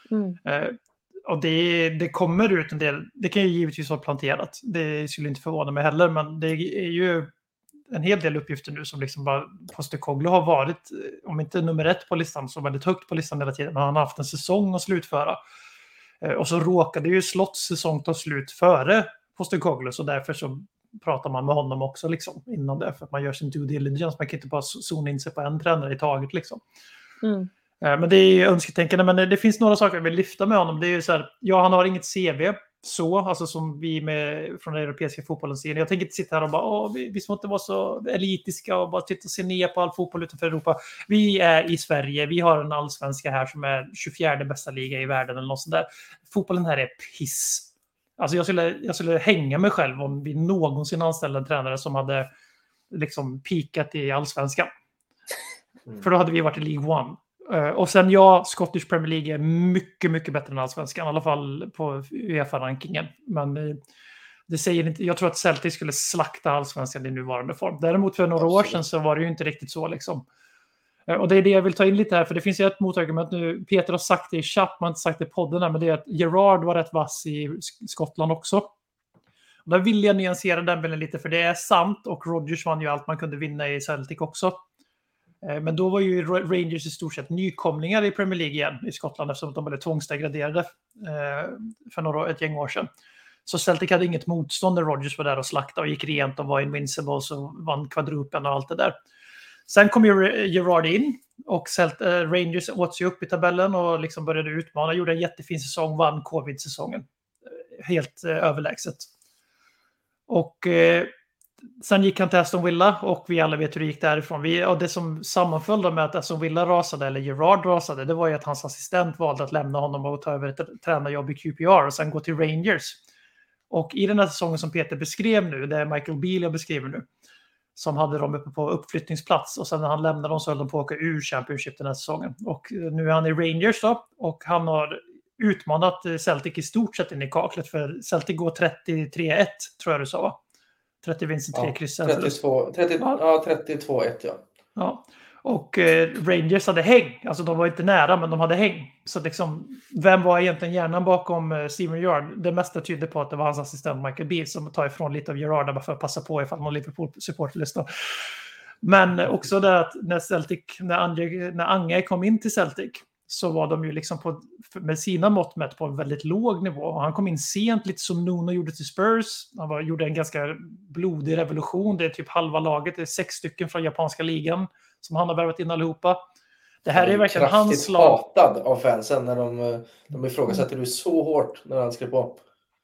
Och det kommer ut en del. Det kan ju givetvis vara planterat. Det skulle inte förvåna mig heller. Men det är ju en hel del uppgifter nu som liksom bara Postecoglou har varit, om inte nummer 1 på listan, så väldigt högt på listan hela tiden. Han har haft en säsong att slutföra. Och så råkade ju Slotts säsong ta slut före Postecoglou. Så därför så pratar man med honom också liksom, innan det. För att man gör sin due diligence. Man kan inte bara zona in sig på en tränare i taget. Liksom. Men det är ju önsketänkande. Men det finns några saker jag vill lyfta med honom. Det är ju så här, ja, han har inget CV. Så, alltså som vi från den europeiska fotbollen ser. Jag tänker inte sitta här och bara, vi ska inte vara så elitiska och bara titta och se ner på all fotboll utanför Europa. Vi är i Sverige, vi har en allsvenska här som är 24:e bästa liga i världen eller något sånt där. Fotbollen här är piss. Alltså jag skulle hänga mig själv om vi någonsin anställde en tränare som hade liksom pikat i allsvenskan. För då hade vi varit i League One. Och sen Scottish Premier League är mycket, mycket bättre än allsvenskan. I alla fall på UEFA-rankingen. Men det säger inte, jag tror att Celtic skulle slakta allsvenskan i nuvarande form. Däremot för några år sedan så var det ju inte riktigt så liksom. Och det är det jag vill ta in lite här, för det finns ju ett motargument nu. Peter har sagt det i chatt, man har inte sagt det i podden här, men det är att Gerrard var rätt vass i Skottland också. Och där vill jag nyansera den bilden lite, för det är sant, och Rodgers vann ju allt man kunde vinna i Celtic också. Men då var ju Rangers i stort sett nykomlingar i Premier League igen i Skottland, eftersom de blev tvångsdegraderade för ett gäng år sedan. Så Celtic hade inget motstånd när Rodgers var där och slaktade och gick rent och var invincible och vann kvadrupen och allt det där. Sen kom ju Gerrard in och Rangers åt sig upp i tabellen och liksom började utmana. Gjorde en jättefin säsong, vann covid-säsongen. Helt överlägset. Och sen gick han till Aston Villa och vi alla vet hur det gick därifrån. Och det som sammanföll med att Aston Villa rasade eller Gerrard rasade, det var ju att hans assistent valde att lämna honom och ta över ett tränarjobb i QPR och sen gå till Rangers. Och i den här säsongen som Peter beskrev nu, det är Michael Beale jag beskriver nu, som hade dem uppe på uppflyttningsplats. Och sen när han lämnade dem så höll de på att åka ur Championship den här säsongen. Och nu är han i Rangers då. Och han har utmanat Celtic i stort sett in i kaklet. För Celtic går 33-1 tror jag du sa, va? 30 vinster, 3 kryss. 32-1 ja. Ja. Och Rangers hade häng. Alltså de var inte nära, men de hade häng. Så liksom, vem var egentligen hjärnan bakom Steven Gerrard? Det mesta tydde på att det var hans assistent Michael Beale som tar ifrån lite av Gerrard bara för att passa på ifall någon Liverpool-supporter lyssnar. Men också det att när Ange kom in till Celtic så var de ju liksom med sina mått mätt på en väldigt låg nivå. Och han kom in sent, lite som Nuno gjorde till Spurs. Han gjorde en ganska blodig revolution. Det är typ halva laget, det är 6 stycken från japanska ligan som han har värvat in allihopa. Det här är verkligen hans lag. Hatad av fansen när de ifrågasätter du så hårt när han skrev på.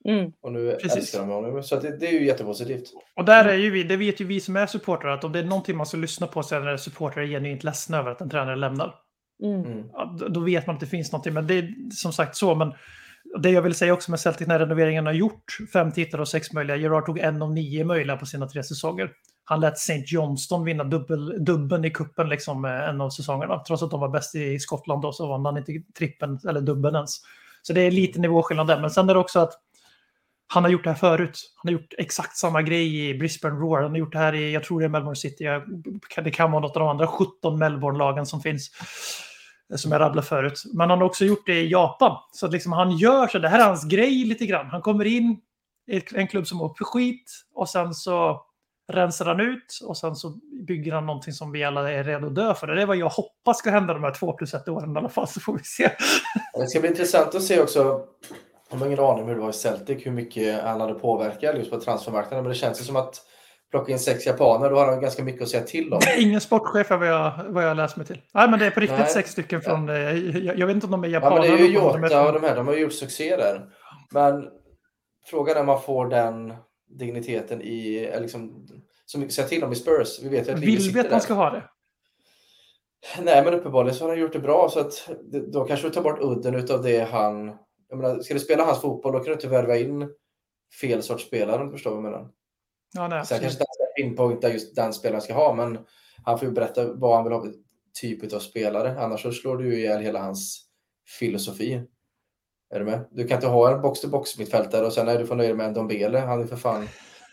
Och nu älskar de honom. Så det är ju jättepositivt. Och där är ju vi, det vet ju vi som är supportrar, att om det är någonting man ska lyssna på så är det supportrar är genuint ledsna över att en tränare lämnar. Ja, då vet man att det finns någonting, men det är som sagt så. Men det jag vill säga också med Celtic när renoveringen har gjort 5 titlar och 6 möjliga. Gerard tog 1 av 9 möjliga på sina 3 säsonger. Han lät St. Johnston vinna dubben i kuppen liksom en av säsongerna. Trots att de var bäst i Skottland då, så vann han inte trippen eller dubben ens. Så det är lite nivåskillnad där. Men sen är det också att han har gjort det här förut. Han har gjort exakt samma grej i Brisbane Roar. Han har gjort det här i, jag tror det är Melbourne City. Det kan vara något av de andra 17 Melbourne-lagen som finns. Som jag rabblade förut. Men han har också gjort det i Japan. Så att liksom han gör så. Det här är hans grej lite grann. Han kommer in i en klubb som åker skit. Och sen så rensar han ut. Och sen så bygger han någonting som vi alla är redo att dö för. Det är vad jag hoppas ska hända de här 2+1 åren i alla fall. Så får vi se. Det ska bli intressant att se också. Jag har ingen aning om hur det var i Celtic. Hur mycket han hade påverkat just på transfermarknaden. Men det känns ju som att plocka in 6 japaner, då har han ganska mycket att säga till om. Det är ingen sportchef vad jag läst mig till. Nej, men det är på riktigt 6 stycken från... Jag vet inte om de är japaner. Ja, men det är ju Jota och de här. De har gjort succé där. Men frågan är om man får den digniteten i... Liksom, så mycket att säga till om i Spurs. Vi vet ju att vill vi att man ska ha det? Nej, men uppenbarligen så har han gjort det bra. Så att då kanske du tar bort udden utav det han... Jag menar, ska du spela hans fotboll, då kan du inte värva in fel sorts spelare, om du förstår vad jag menar. Ja, nej, sen kanske det är pinpointa just den spelaren ska ha, men han får ju berätta vad han vill ha för typ av spelare. Annars så slår du ihjäl hela hans filosofi. Är du med? Du kan inte ha en box-to-box mittfältare och sen är du får nöjd med en Dombele. Han är för fan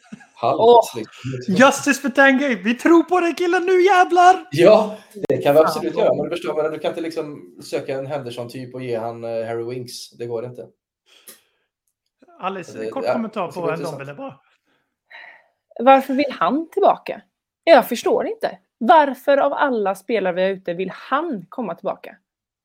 Justice för Tangay! Vi tror på den killen nu, jävlar! Ja, det kan vi absolut göra. Men du förstår, du kan inte liksom söka en Henderson-typ och ge han Harry Winks. Det går inte. Alice, kort kommentar på en Dombele bara. Varför vill han tillbaka? Jag förstår inte. Varför av alla spelare vi har ute vill han komma tillbaka?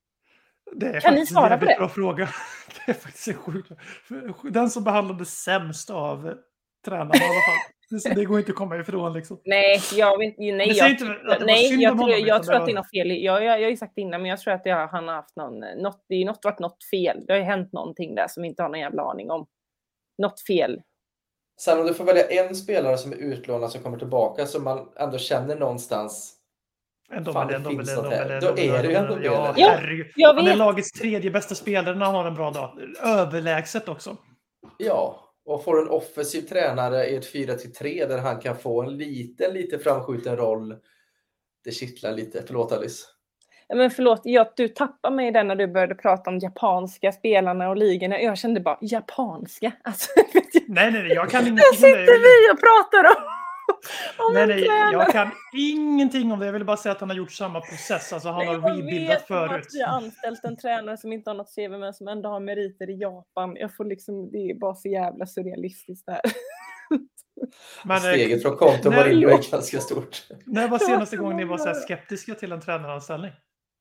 Kan ni svara på det? Bra fråga. Det är faktiskt en sjuk. Den som behandlades sämst av tränarna i alla fall. Det går inte att komma ifrån liksom. Nej, jag vet jag tror att det är något fel. Jag har ju sagt innan, men jag tror att han har haft något fel. Det har ju hänt någonting där som vi inte har någon jävla aning om. Något fel. Sen om du får välja en spelare som är utlånad som kommer tillbaka som man ändå känner någonstans. Då är det ju ändå Dombele. Ja, han är lagets 3:e bästa spelare när han har en bra dag. Överlägset också. Ja, och får en offensiv tränare i ett 4-3 där han kan få en lite framskjuten roll. Det kittlar lite. Förlåt, Alice. Men förlåt, du tappade mig där när du började prata om japanska spelarna och ligorna. Jag kände bara, japanska? Alltså, nej, jag kan ingenting om det. Sitter vi och pratar om nej, jag kan ingenting om det. Jag vill bara säga att han har gjort samma process. Alltså han har rebuildat förut. Vi har anställt en tränare som inte har något CV men som ändå har meriter i Japan. Jag får liksom, det är bara så jävla surrealistiskt där. Men steget från Conte Mourinho är ganska stort. När var senaste gången ni var så här skeptiska till en tränaranställning?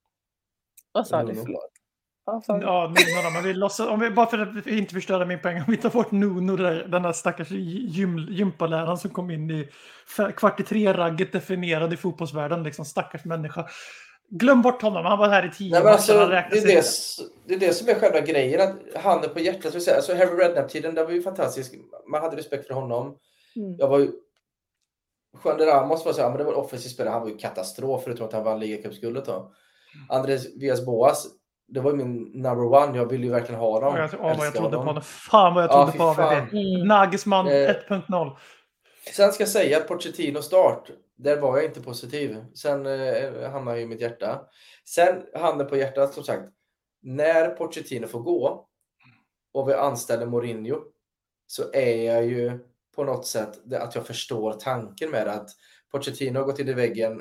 Vad sa du? Förlåt. Ja, men vi låtsas, om vi bara för att inte förstöra min pengar, om vi tar bort Nuno, den här stackars gympaläraren som kom in i 2:45-ragget definierad i fotbollsvärlden, liksom stackars människa. Glöm bort honom, han var här i 10 år. Alltså, det är det som är själva grejen, att handen på hjärtat, så att säga. Alltså Harry Redknapp-tiden, det var ju fantastisk. Man hade respekt för honom. Jag var ju Juan de Ramos var så här, men det var en offensiv spelare, han var ju katastrof förutom att han vann ligacupsguldet då. Andrés Villas-Boas, det var ju min number one. Jag ville ju verkligen ha dem. Vad jag trodde på honom. Fan vad jag trodde på AVB. Nagelsmann 1.0. Sen ska jag säga att Pochettino start, där var jag inte positiv. Sen hamnade jag i mitt hjärta. Sen handen på hjärtat, som sagt. När Pochettino får gå och vi anställer Mourinho, så är jag ju på något sätt att jag förstår tanken med att Pochettino har gått in i väggen.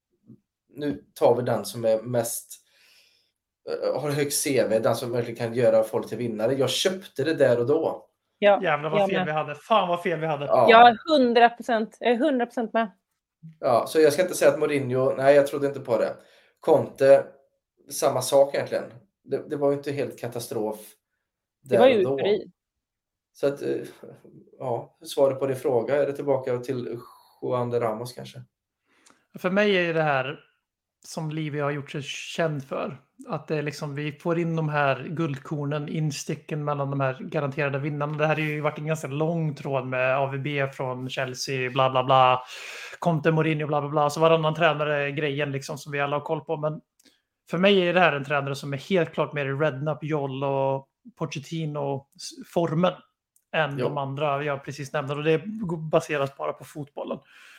Nu tar vi den som är mest har högst CV, den som verkligen kan göra folk till vinnare. Jag köpte det där och då. Ja, jävlar vad fel vi hade. Fan vad fel vi hade. Ja. Jag är 100% med. Ja, så jag ska inte säga att Mourinho, nej jag trodde inte på det. Conte, samma sak egentligen. Det var ju inte helt katastrof. Det var ju utbryt. Så att, ja, svaret på din fråga är det tillbaka till Juan de Ramos kanske. För mig är det här som Livio har gjort sig känd för. Att det är liksom, vi får in de här guldkornen, insticken mellan de här garanterade vinnarna. Det här har ju varit en ganska lång tråd med AVB från Chelsea, bla bla bla. Conte, Mourinho, bla bla bla. Så varannan tränare grejen liksom som vi alla har koll på. Men för mig är det här en tränare som är helt klart mer i Redknapp, Joll och Pochettino-formen än de andra jag precis nämnde. Och det baseras bara på fotbollen.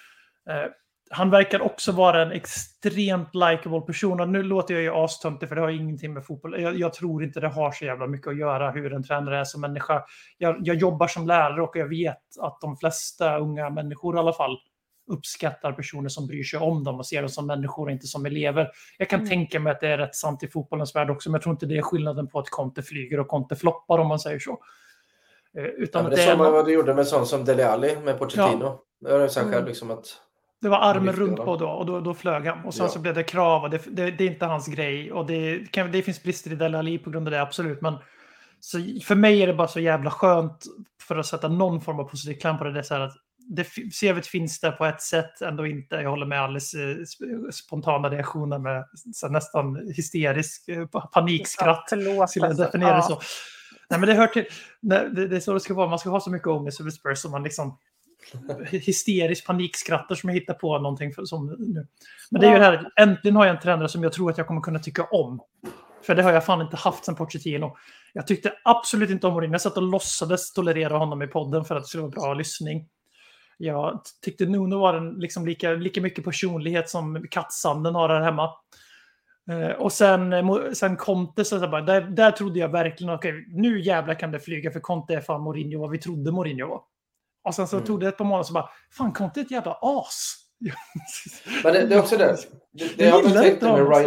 Han verkar också vara en extremt likeable person. Och nu låter jag ju astöntig för det har ingenting med fotboll. Jag tror inte det har så jävla mycket att göra hur en tränare är som människa. Jag jobbar som lärare och jag vet att de flesta unga människor i alla fall uppskattar personer som bryr sig om dem och ser dem som människor och inte som elever. Jag kan tänka mig att det är rätt sant i fotbollens värld också, men jag tror inte det är skillnaden på att Conte flyger och Conte floppar om man säger så. Utan det är som vad du gjorde med sån som Dele Alli med Pochettino. Det var så själv liksom att det var armen runt på då och då flög han. Och sen så blev det krav och det är inte hans grej. Och det finns brister i Dele Alli på grund av det, absolut. Men så för mig är det bara så jävla skönt för att sätta någon form av positiv klang på det. Det är så här att CV:t finns där på ett sätt, ändå inte. Jag håller med Alice spontana reaktioner med så nästan hysterisk panikskratt. Skulle jag definiera det så. Nej, men det hör till. Det är så det ska vara. Man ska ha så mycket ångest över Spurs som man liksom hysterisk panikskrattar som jag hittar på någonting som nu. Men det är ju det här, äntligen har jag en tränare som jag tror att jag kommer kunna tycka om. För det har jag fan inte haft sen Pochettino. Jag tyckte absolut inte om Mourinho. Jag satt och låtsades tolerera honom i podden för att det skulle vara bra lyssning. Jag tyckte Nuno var en liksom lika mycket personlighet som kattsanden har här hemma. Och sen Conte så bara, där trodde jag verkligen okej, nu jävlar kan det flyga för Conte är fan Mourinho vad vi trodde Mourinho var. Och sen så tog det ett par månader så bara, fan Conte är ett jävla as. Men det är också det. Det har man tänkt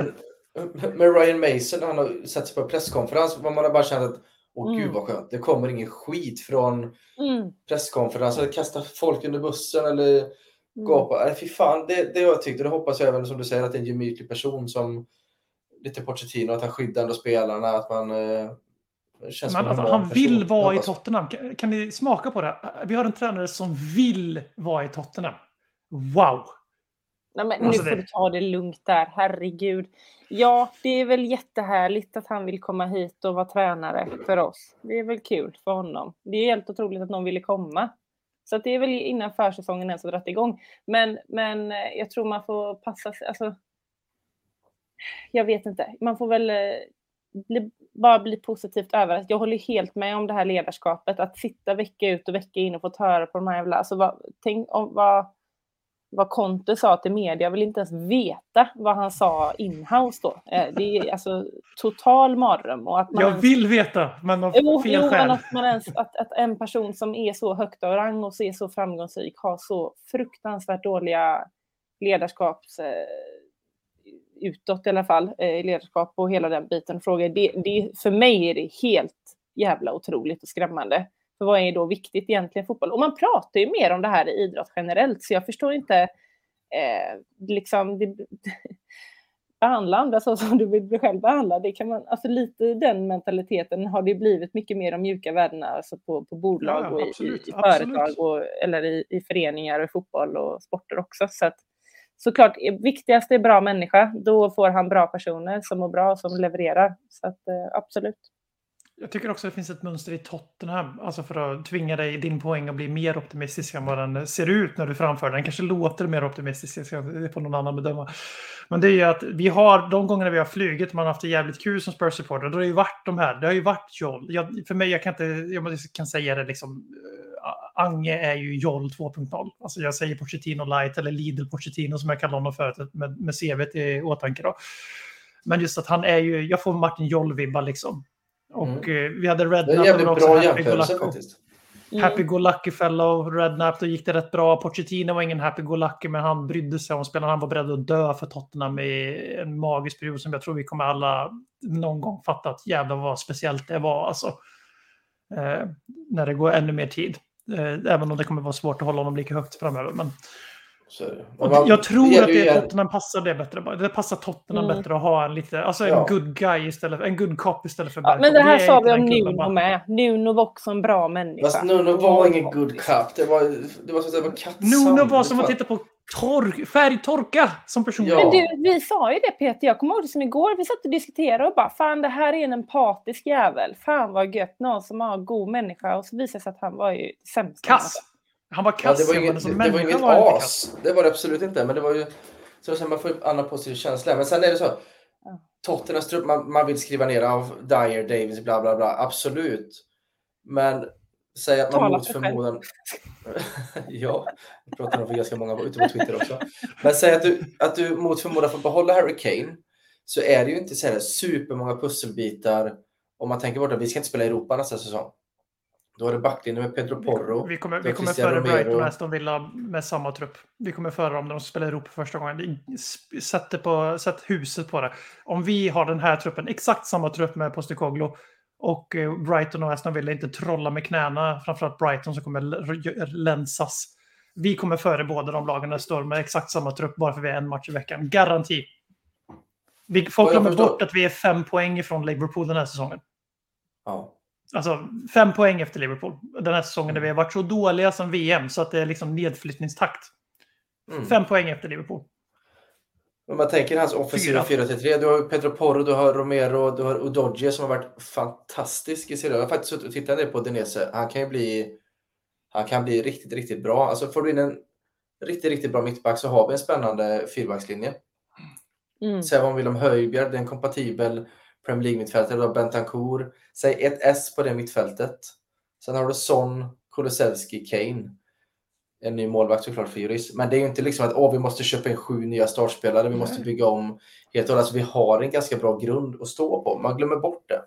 med Ryan Mason när han har sett sig på presskonferens. Man har bara känt att gud vad skönt. Det kommer ingen skit från presskonferensen. Kasta folk under bussen eller gapa. Fy fan, det jag tyckte. Det hoppas jag även som du säger att det är en gemytlig person som lite Pochettino. Att han skyddar ändå spelarna. Att man... han vill vara i Tottenham. Kan ni smaka på det? Vi har en tränare som vill vara i Tottenham. Wow! Nej, men nu får du ta det lugnt där, herregud. Ja, det är väl jättehärligt att han vill komma hit och vara tränare för oss. Det är väl kul för honom. Det är helt otroligt att någon ville komma. Så att det är väl innan försäsongen ens har dragit igång. Men jag tror man får passa sig. Alltså, jag vet inte. Man får väl bara bli positivt överraskad. Jag håller helt med om det här ledarskapet. Att sitta vecka ut och vecka in och få höra på de här jävla... Alltså, tänk om vad Conte sa till media. Jag vill inte ens veta vad han sa inhouse då. Det är alltså total mardröm. Och att man vill veta, men av fel skäl. Att en person som är så högt av rang och är så framgångsrik har så fruktansvärt dåliga ledarskaps... utåt i alla fall, ledarskap och hela den biten. För mig är det helt jävla otroligt och skrämmande. För vad är då viktigt egentligen i fotboll? Och man pratar ju mer om det här i idrott generellt, så jag förstår inte behandla andra så som du vill bli själv behandla. Det kan man, alltså lite den mentaliteten har det blivit mycket mer de mjuka värdena alltså på bolag och i företag eller i föreningar och i fotboll och sporter också. Så att såklart, viktigast är bra människa. Då får han bra personer som mår bra och som levererar. Så att absolut. Jag tycker också att det finns ett mönster i Tottenham. Alltså för att tvinga dig din poäng att bli mer optimistisk än vad den ser ut när du framför den. Kanske låter mer optimistisk. Det får någon annan bedöma. Men det är ju att vi har, de gångerna vi har flugit, man har haft det jävligt kul som Spurs-supporter. Då har det ju varit de här. Det har ju varit Joll. För mig, jag kan säga det liksom... Ange är ju Joll 2.0. Alltså jag säger Pochettino Light eller Lidl Pochettino som jag kallar honom förut med CV:t i åtanke då. Men just att han är ju, jag får Martin Joll-vibbar liksom. Och vi hade Redknapp. Det är jävligt bra jämförelse faktiskt. Happy-go-lucky fellow, Redknapp, då gick det rätt bra. Pochettino var ingen happy-go-lucky, men han brydde sig om spelarna. Han var beredd att dö för Tottenham i en magisk period som jag tror vi kommer alla någon gång fatta att jävlar vad speciellt det var. Alltså, när det går ännu mer tid. Även om det kommer vara svårt att hålla honom lika högt framöver. Men jag tror att Tottenham passar det bättre. Det passar Tottenham bättre att ha en lite, alltså en good guy istället, en good cop istället för men det här sa vi om Nuno med. Nuno var också en bra människa. Fast Nuno var ingen good cop. Det var så att det var kattsam. Nuno var som att titta på färgtorka som person. Ja. Men vi sa ju det, Peter. Jag kommer ihåg det som igår. Vi satt och diskuterade och bara, fan, det här är en empatisk jävel. Fan vad gött, någon som har en god människa. Och så visade det sig att han var ju sämst. Kass. Han var kass. Det var inget as. Det var det absolut inte. Men det var ju så man får ju annan positiv känsla. Men sen är det så. Tottenhams trupp, man vill skriva ner av Dyer, Davis, bla bla bla. Absolut. Men säg att man mot förmodan... Ja, jag pratar om för ganska många ute på Twitter också. Men säg att du mot förmodan får behålla Harry Kane, så är det ju inte så här supermånga pusselbitar om man tänker bort att vi ska inte spela i Europa nästa säsong. Då är det backlinjen med Pedro Porro. Vi kommer före Brighton och Aston Villa med samma trupp. Vi kommer före om de spelar i Europa första gången. Sätt huset på det. Om vi har den här truppen, exakt samma trupp med Postecoglou, och Brighton och Aston Villa inte trolla med knäna, framförallt Brighton som kommer länsas. Vi kommer före båda de lagen när står med exakt samma trupp bara för vi är en match i veckan. Garanti. Folk glömmer bort att vi är 5 poäng ifrån Liverpool den här säsongen. Ja. Alltså 5 poäng efter Liverpool. Den här säsongen där vi har varit så dåliga som VM så att det är liksom nedflyttningstakt. 5 poäng efter Liverpool. Om man tänker hans offensiva 4-3, du har Pedro Porro, du har Romero, du har Udogie som har varit fantastisk i serien. Jag har faktiskt suttit och tittat på Denese. Han kan bli riktigt, riktigt bra. Alltså får du in en riktigt, riktigt bra mittback så har vi en spännande fyrbackslinje. Sen om Willem Højbjerg, det är en kompatibel Premier League-mittfältare. Du har Bentancur. Säg ett S på det mittfältet. Sen har du Son, Kulusevski, Kane. En ny målvakt såklart för Juris. Men det är ju inte liksom att vi måste köpa in 7 nya startspelare. Vi måste bygga om helt och hållet. Alltså, vi har en ganska bra grund att stå på. Man glömmer bort det.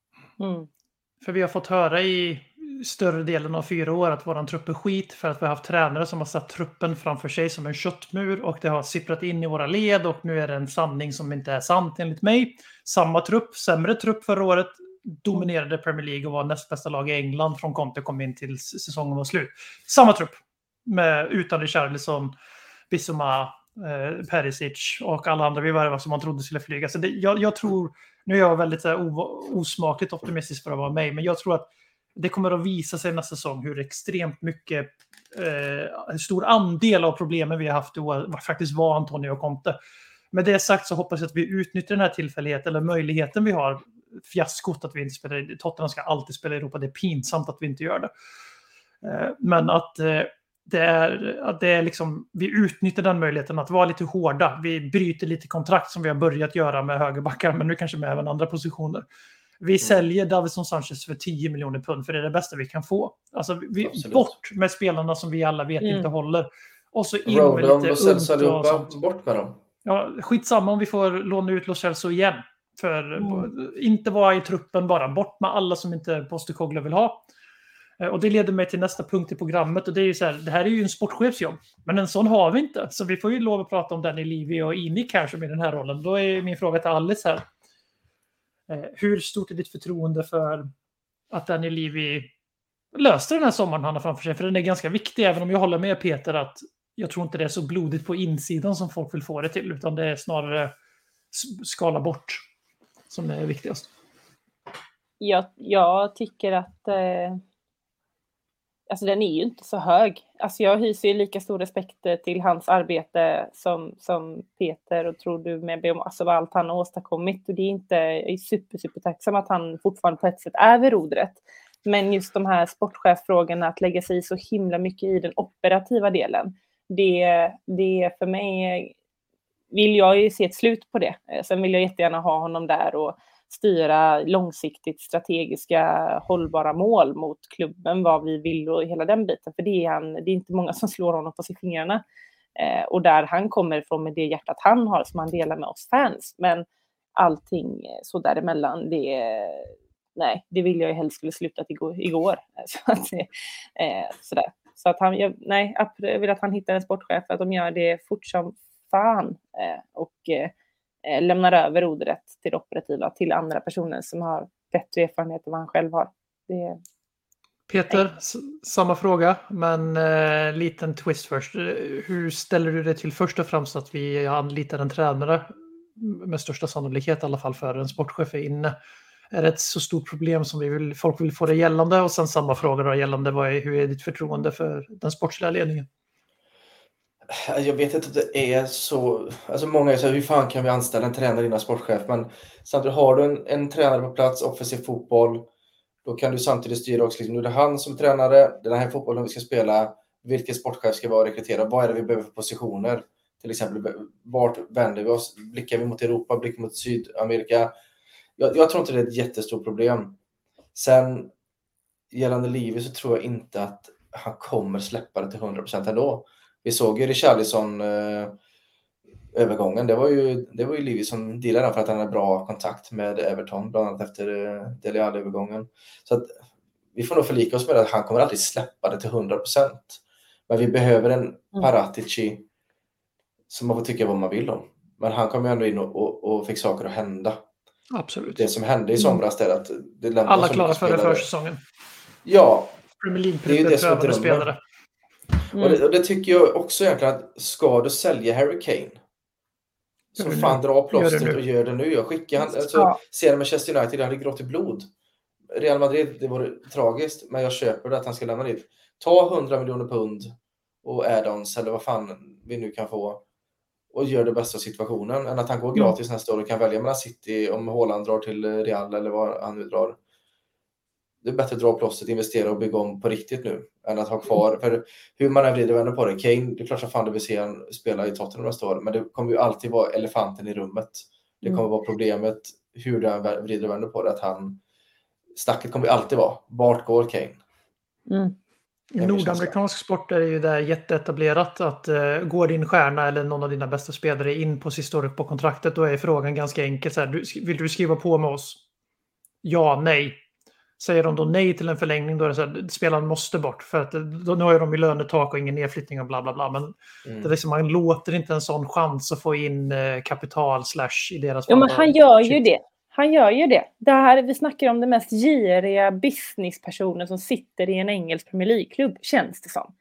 För vi har fått höra i större delen av 4 år att våran trupp är skit. För att vi har haft tränare som har satt truppen framför sig som en köttmur. Och det har sipprat in i våra led. Och nu är det en sanning som inte är sant enligt mig. Samma trupp, sämre trupp förra året. Dominerade Premier League och var näst bästa lag i England från Conte kom in till säsongen var slut. Samma trupp. Utan Richarlison, Bissouma, Perisic och alla andra vi värvar som man trodde skulle flyga. Så jag tror, nu är jag väldigt osmakligt optimistisk för att vara mig, men jag tror att det kommer att visa sig nästa säsong hur extremt mycket stor andel av problemen vi har haft faktiskt var Antonio Conte. Med det sagt så hoppas jag att vi utnyttjar den här tillfälligheten eller möjligheten vi har, fiaskot att vi inte spelar. Tottenham ska alltid spela i Europa, det är pinsamt att vi inte gör det. Men att det är liksom, vi utnyttjar den möjligheten att vara lite hårda. Vi bryter lite kontrakt som vi har börjat göra med högerbackar, men nu kanske med även andra positioner. Vi säljer Davinson Sanchez för 10 miljoner pund, för det är det bästa vi kan få. Alltså bort med spelarna som vi alla vet inte håller. Och så in med lite och sånt. Bort med dem. Ja, skitsamma om vi får låna ut Lo Celso igen. För inte vara i truppen bara. Bort med alla som inte Postecoglou vill ha. Och det leder mig till nästa punkt i programmet. Och det är ju så här, det här är ju en sportchefsjobb. Men en sån har vi inte. Så vi får ju lov att prata om Danny Levy och Inik här som är i den här rollen. Då är min fråga till Alice här. Hur stort är ditt förtroende för att Danny Levy löste den här sommaren han har framför sig? För den är ganska viktig, även om jag håller med Peter att jag tror inte det är så blodigt på insidan som folk vill få det till. Utan det är snarare skala bort som är viktigast. Jag tycker att alltså den är ju inte så hög. Alltså jag hyser ju lika stor respekt till hans arbete som Peter och tror du med alltså vad allt han har åstadkommit. Och det är inte, jag är super tacksam att han fortfarande på ett sätt är vid rodret. Men just de här sportchefsfrågorna, att lägga sig så himla mycket i den operativa delen. Det för mig vill jag ju se ett slut på det. Sen vill jag jättegärna ha honom där och styra långsiktigt strategiska hållbara mål mot klubben, vad vi vill och hela den biten. För det är inte många som slår honom på sig fingrarna. Och där han kommer ifrån med det hjärtat han har som han delar med oss fans. Men allting så däremellan, det vill jag ju helst skulle slutat igår. Så att jag vill att han hittar en sportchef, att de gör det fort som fan och lämnar över rodret till det operativa till andra personer som har bättre erfarenhet än vad han själv har. Peter, samma fråga, men liten twist först. Hur ställer du dig till först och främst att vi anlitar en tränare med största sannolikhet i alla fall för en sportchef är inne? Är det ett så stort problem som folk vill få det gällande? Och sen samma fråga då gällande hur är ditt förtroende för den sportsliga ledningen? Jag vet inte om det är så... Alltså många är så här, hur fan kan vi anställa en tränare innan sportchef? Men samtidigt har du en tränare på plats, offensiv fotboll, då kan du samtidigt styra också. Liksom, nu är det han som tränare, den här fotbollen vi ska spela, vilken sportchef ska vara rekryterad, vad är det vi behöver för positioner? Till exempel, vart vänder vi oss? Blickar vi mot Europa, blickar mot Sydamerika? Jag tror inte det är ett jättestort problem. Sen, gällande Livi så tror jag inte att han kommer släppa det till 100% ändå. Vi såg ju Richarlison övergången. Det var ju Livi som dealade den för att han hade bra kontakt med Everton, bland annat efter Dele Alli-övergången. Så att vi får nog förlika oss med att han kommer aldrig släppa det till 100%. Men vi behöver en Paratici som man får tycka vad man vill om. Men han kommer ju ändå in och fick saker att hända. Absolut. Det som hände i somras är att det lämnade alla klara före försäsongen. Ja. Premier League det är ju det som är spelare. Och det tycker jag också egentligen, att ska du sälja Harry Kane, så fan dra plåstret och gör det nu. Jag skickar han, alltså, ser Manchester United, det hade gråtit blod. Real Madrid, det vore tragiskt, men jag köper det att han ska lämna dit. Ta 100 miljoner pund och add-ons eller vad fan vi nu kan få och gör det bästa av situationen, än att han går gratis nästa år och kan välja mellan City om Haaland drar till Real eller vad han nu drar. Det är bättre att dra plåstret, investera och bygga om på riktigt nu än att ha kvar. För hur man än vrider och vänder på det, Kane, det är klart som fan det vill se han spela i Tottenham nästa år, men det kommer ju alltid vara elefanten i rummet. Det kommer vara problemet hur den vrider och vänder på det, att snacket kommer ju alltid vara, vart går Kane? I nordamerikansk sport är det ju där jätteetablerat att går din stjärna eller någon av dina bästa spelare in på sista året på kontraktet, då är frågan ganska enkel. Så här, vill du skriva på med oss? Ja, nej. Säger de då nej till en förlängning, då är det så här, spelaren måste bort. För att då har de ju lönetak och ingen nedflyttning och bla bla bla. Men det är liksom, man låter inte en sån chans att få in kapital / i deras fall. Ja, men han gör ju det. Han gör ju det. Det här, vi snackar om den mest giriga businesspersonen som sitter i en engelsk Premier League-klubb, känns det som.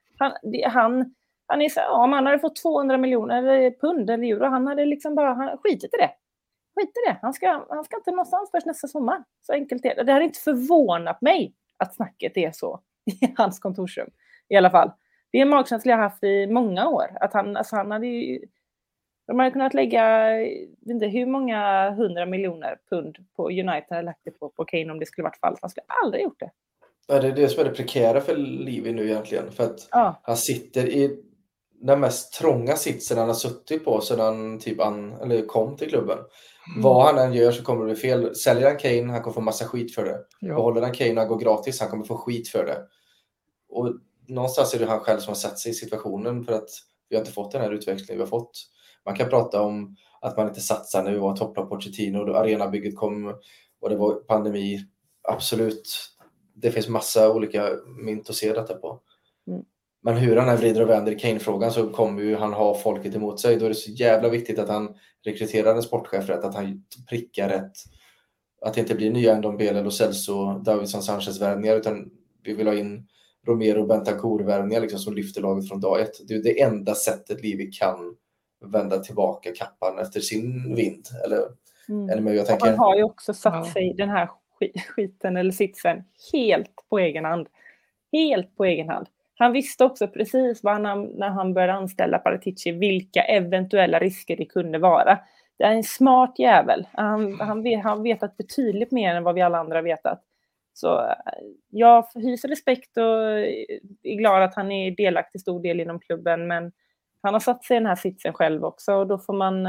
Han är så, om han hade fått 200 miljoner pund eller euro, han hade liksom bara skitit i det. Han ska inte någonstans först nästa sommar. Så enkelt är det. Det har inte förvånat mig att snacket är så i hans kontorsrum. I alla fall. Det är en magkänsla jag har haft i många år. Att han hade ju... De hade kunnat lägga, inte hur många 100 miljoner pund på United hade lagt det på Kane om det skulle varit fallet. Han skulle aldrig gjort det. Ja, det är det som är det prekära för Livi nu egentligen. För att han sitter i den mest trånga sitsen han har suttit på sedan han kom till klubben. Vad han än gör så kommer det bli fel. Säljer han Kane, han kommer få massa skit för det. Behåller han Kane och han går gratis, han kommer få skit för det. Och någonstans är det han själv som har satt sig i situationen, för att vi har inte fått den här utvecklingen vi har fått. Man kan prata om att man inte satsar när vi var topplag Pochettino och arenabygget kom och det var pandemi. Absolut. Det finns massa olika mynt att se detta på. Men hur han vrider och vänder i Kane-frågan så kommer ju han ha folket emot sig. Då är det så jävla viktigt att han rekryterar en sportchef rätt, att han prickar rätt. Att det inte blir nya Ndombele, Lo Celso, Davinson Sanchez-värvningar, utan vi vill ha in Romero och Bentancur-värvningar liksom, som lyfter laget från dag ett. Det är det enda sättet Livi kan vända tillbaka kappan efter sin vind. Eller med jag tänker. Han har ju också satt sig den här skiten eller sitsen helt på egen hand. Helt på egen hand. Han visste också precis när han började anställa Paratici vilka eventuella risker det kunde vara. Det är en smart jävel. Han vetat betydligt mer än vad vi alla andra vetat. Så jag hyser respekt och är glad att han är delaktig stor del inom klubben. Men han har satt sig i den här sitsen själv också. Och då får man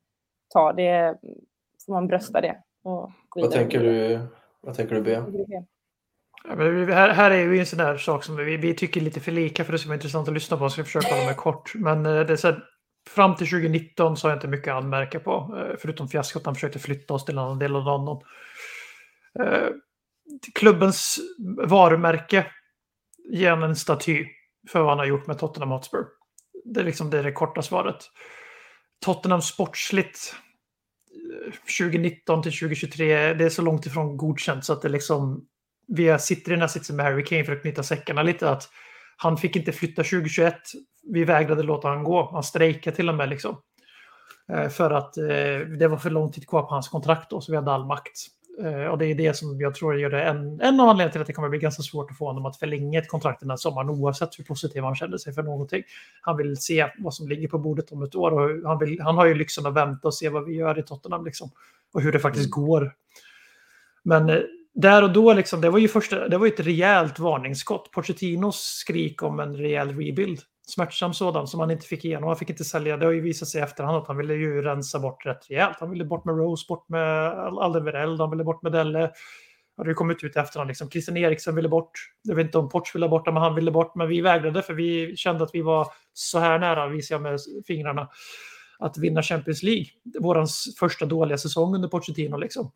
ta det, får man brösta det. Och vad tänker du, B? Ja, men här är ju en sån där sak som vi tycker lite för lika, för det som är intressant att lyssna på, så jag försöker hålla mig kort. Men det är så här, fram till 2019 så har jag inte mycket att anmärka på, förutom fiaskot han försökte flytta oss till en annan del av London. Klubbens varumärke ger en staty för vad han har gjort med Tottenham Hotspur. Det är liksom det korta svaret. Tottenham sportsligt 2019 till 2023, det är så långt ifrån godkänt så att det liksom, vi sitter i den här sitsen med Harry Kane för att knyta säckarna lite, att han fick inte flytta 2021, vi vägrade låta han gå, han strejkade till och med liksom. För att det var för lång tid kvar på hans kontrakt då, så vi hade all makt. Och det är det som jag tror gör det en av anledningarna till att det kommer bli ganska svårt att få honom att förlänga ett kontrakt den här sommaren oavsett hur positiv han känner sig för någonting. Han vill se vad som ligger på bordet om ett år och han har ju lyxen att vänta och se vad vi gör i Tottenham liksom, och hur det faktiskt går. Men där och då liksom, det var ju ett rejält varningsskott. Pochettinos skrik om en rejäl rebuild. Smärtsam sådan som han inte fick igenom. Han fick inte sälja. Det har ju visat sig i efterhand att han ville ju rensa bort rätt rejält. Han ville bort med Rose, bort med Alderweireld, han ville bort med Delle. Och det kommit ut i efterhand liksom. Christian Eriksen ville bort. Jag vet inte om Poch ville bort, men han ville bort. Men vi vägrade för vi kände att vi var så här nära, visar jag med fingrarna, att vinna Champions League. Vårans första dåliga säsong under Pochettino liksom.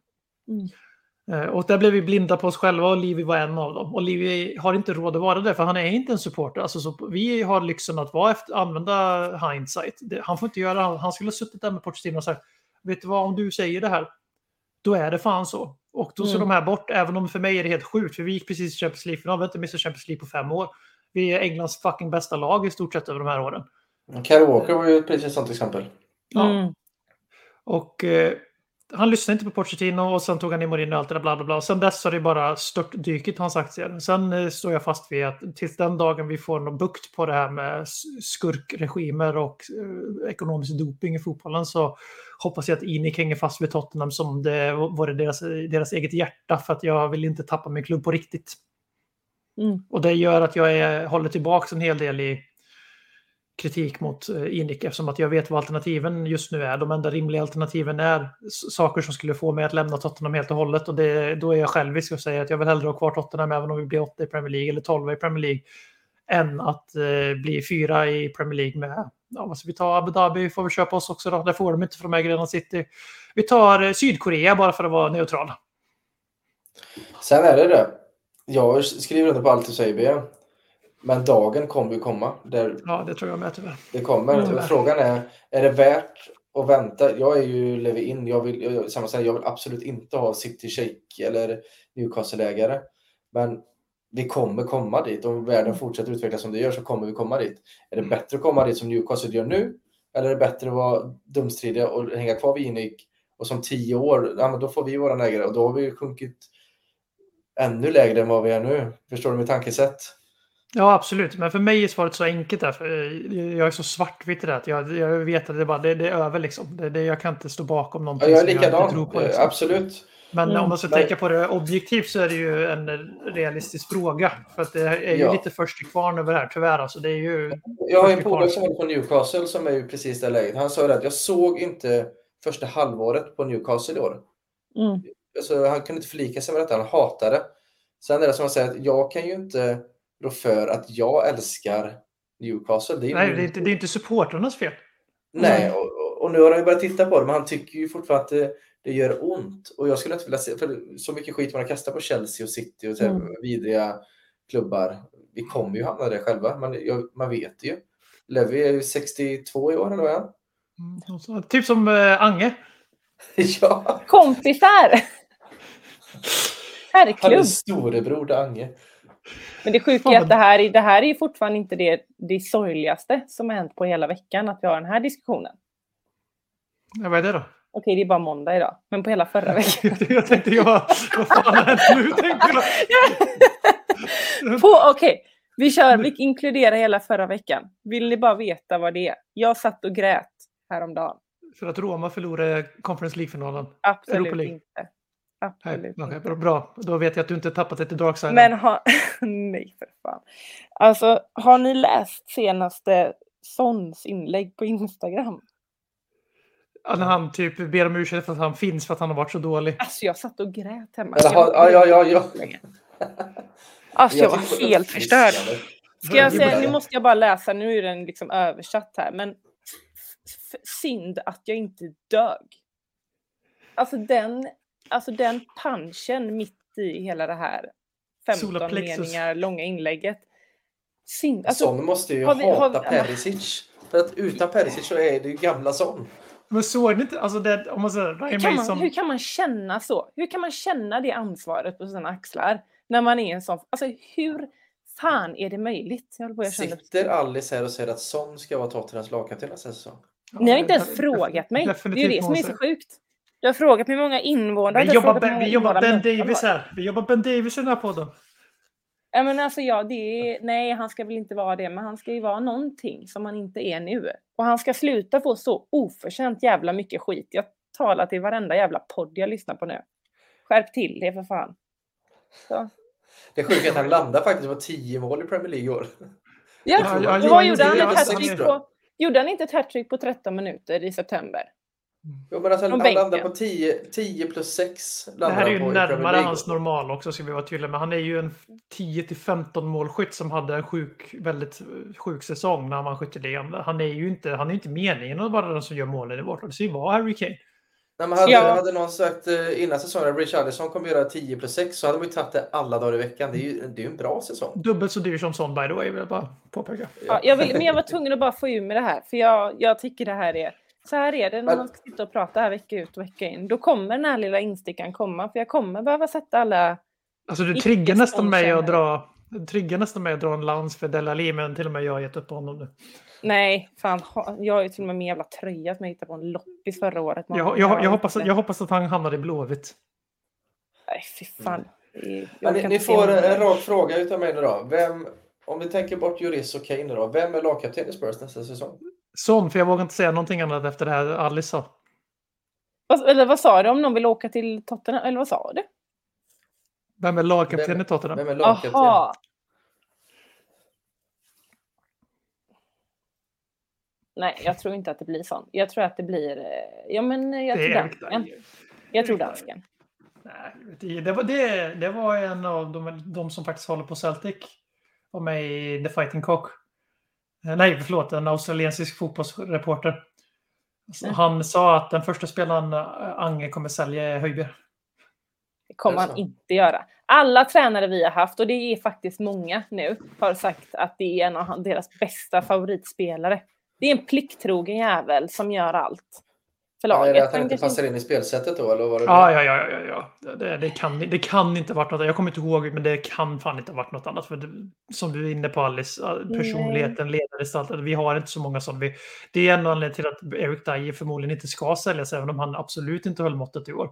Och där blev vi blinda på oss själva och Livi var en av dem. Och Livi har inte råd att vara där för han är inte en supporter. Alltså, så vi har lyxen att använda hindsight. Han får inte göra. Han skulle ha suttit där med Pochettino och sagt, vet du vad, om du säger det här, då är det fan så. Och då ser de här bort, även om för mig är det helt sjukt. För vi gick precis i Champions League. Vi har inte missat Champions League på 5 år. Vi är Englands fucking bästa lag i stort sett över de här åren. Kyle Walker var ju precis ett sånt exempel. Ja. Och han lyssnade inte på Pochettino och sen tog han in Mourinho och allt det där bla bla bla. Och sen dess har det bara störtdykit hans aktier. Sen står jag fast vid att tills den dagen vi får någon bukt på det här med skurkregimer och ekonomisk doping i fotbollen så hoppas jag att Inik hänger fast vid Tottenham som det vore deras eget hjärta, för att jag vill inte tappa min klubb på riktigt. Och det gör att jag håller tillbaka en hel del i kritik mot Inik, eftersom att jag vet vad alternativen just nu är. De enda rimliga alternativen är saker som skulle få mig att lämna Tottenham helt och hållet, och då är jag självisk och säger att jag vill hellre ha kvar Tottenham även om vi blir 8 i Premier League eller 12 i Premier League än att bli 4 i Premier League med, vad ska vi ta, Abu Dhabi får vi köpa oss också då, det får de inte för de äger Real City. Vi tar Sydkorea bara för att vara neutral. Sen är det. Jag skriver under på allt du säger, B. Men dagen kommer ju komma. Ja, det tror jag med tyvärr. Det kommer. Frågan är det värt att vänta? Jag är ju Levin. Jag vill absolut inte ha City Shake eller Newcastle-ägare. Men vi kommer komma dit. Om världen fortsätter utvecklas som det gör så kommer vi komma dit. Är det bättre att komma dit som Newcastle gör nu? Eller är det bättre att vara dumstridiga och hänga kvar vid Inik? Och som 10 år, men då får vi våra ägare. Och då har vi sjunkit ännu lägre än vad vi är nu. Förstår du mitt tankesätt? Ja, absolut. Men för mig är svaret så enkelt där. För jag är så svartvitt i det. Jag vet att det är över liksom. Jag kan inte stå bakom någonting. Ja, jag är likadan. Liksom. Absolut. Men om man ska tänka på det objektivt så är det ju en realistisk fråga. För att det är ju lite först till kvarn över det här, tyvärr. Alltså, det är ju jag har en polare som var på Newcastle som är ju precis det läget. Han sa att jag såg inte första halvåret på Newcastle i år. Alltså, han kunde inte förlika sig med detta. Han hatade. Sen är det som att säga att jag kan ju inte rå för att jag älskar Newcastle. Det är inte supporternas fel. Nej, och nu har han ju börjat titta på det, men han tycker ju fortfarande att det gör ont. Och jag skulle inte vilja se, för så mycket skit man har kastat på Chelsea och City och vidriga klubbar. Vi kommer ju hamna där själva, man vet ju. Levi är ju 62 i år, eller vad? Typ som Ange. Ja. Kompisar! Herrklubb. Han är storebror Ange. Men det sjuka är att det här är ju fortfarande inte det sorgligaste som har hänt på hela veckan, att vi har den här diskussionen. Ja, vad är det då? Okej, det är bara måndag idag. Men på hela förra veckan. Jag tänkte, vad fan har hänt nu? Okej, vi inkluderar hela förra veckan. Vill ni bara veta vad det är? Jag satt och grät häromdagen. För att Roma förlorade Conference League-finalen? Absolut inte. Absolut. Nej, bra, då vet jag att du inte tappat det till Darkside. Men nej för fan. Alltså, har ni läst senaste Sons inlägg på Instagram? Ja, när han typ ber om ursäkt för att han finns för att han har varit så dålig. Alltså jag satt och grät hemma. Ja. Alltså jag var helt förstörd. Ska jag säga, nu måste jag bara läsa, nu är den liksom översatt här. Men synd att jag inte dög. Alltså den punchen mitt i hela det här 15 meningar långa inlägget. Synd. Alltså, Son måste ju hata Perisic. För att utan Perisic så är det ju gamla Son. Men såg ni inte, alltså det, om man säger, hur kan man känna så? Hur kan man känna det ansvaret på sina axlar när man är en sån? Alltså hur fan är det möjligt? Sitter Alice här och säger att Son ska vara Tottenhams lagkapten nästa säsong? Ni har inte ens frågat mig. Det är ju det som är så sjukt. Du har frågat hur många invånare. Vi jobbar Ben Davis här. Vi jobbar Ben Davis i den här podden. Ja, men alltså, nej, han ska väl inte vara det, men han ska ju vara någonting som han inte är nu. Och han ska sluta få så oförtjänt jävla mycket skit. Jag talar till varenda jävla podd jag lyssnar på nu. Skärp till det för fan. Så. Det är sjukt att han landar faktiskt på 10 mål i Premier League i år. Gjorde han inte ett hattrick på 13 minuter i september? Jo, men alltså, han landar på 10 plus 6. Det här är ju närmare hans normal också, ska vi vara tydliga med. Han är ju en 10-15 målskytt som hade en väldigt sjuk säsong när han skytte det. Han är ju inte meningen att vara den som gör målen i vårt. Det ska ju vara Harry Kane. Nej, men hade någon sagt innan säsongen att Richarlison kommer göra 10 plus 6, så hade vi tagit det alla dagar i veckan. Det är ju en bra säsong. Dubbelt så dyr som sån, by the way, vill jag bara påpeka. Ja, men jag var tvungen att bara få ur med det här. För jag tycker det här är... Så här är det när man ska sitta och prata här vecka ut och vecka in. Då kommer den här lilla instickan komma. För jag kommer behöva sätta alla... Alltså du triggar nästan mig att dra en lans för Delali, men till och med jag har gett upp på honom nu. Nej, fan. Jag har ju till och med min jävla tröja som jag hittade på en loppis förra året. Jag hoppas att han hamnar i Blåvitt. Nej, fy fan. Ni får en rak fråga utav mig nu då. Om vi tänker bort Lloris och Kane då, vem är lagkapten i Spurs nästa säsong? För jag vågar inte säga någonting annat efter det här Alice sa. Vad sa du om någon vill åka till Tottenham? Eller vad sa du? Vem är lagkapten i Tottenham? Vem är lagkapten? Aha. Nej, jag tror inte att det blir sån. Jag tror att det blir... Jag tror dansken. Nej, det var en av de som faktiskt håller på Celtic. Var med i The Fighting Cock. Nej, förlåt. En australiensisk fotbollsreporter. Han sa att den första spelaren Ange kommer sälja är Højbjerg. Det kommer han inte göra. Alla tränare vi har haft, och det är faktiskt många nu, har sagt att det är en av deras bästa favoritspelare. Det är en plikttrogen jävel som gör allt för laget. Är det att han inte passar in i spelsättet då? Eller vad det Det kan inte varit något. Jag kommer inte ihåg, men det kan fan inte ha varit något annat. För det, som du är inne på, Alice, personligheten, ledargestalten. Vi har inte så många som vi... Det är en anledning till att Eric Dyer förmodligen inte ska säljas, även om han absolut inte höll måttet i år.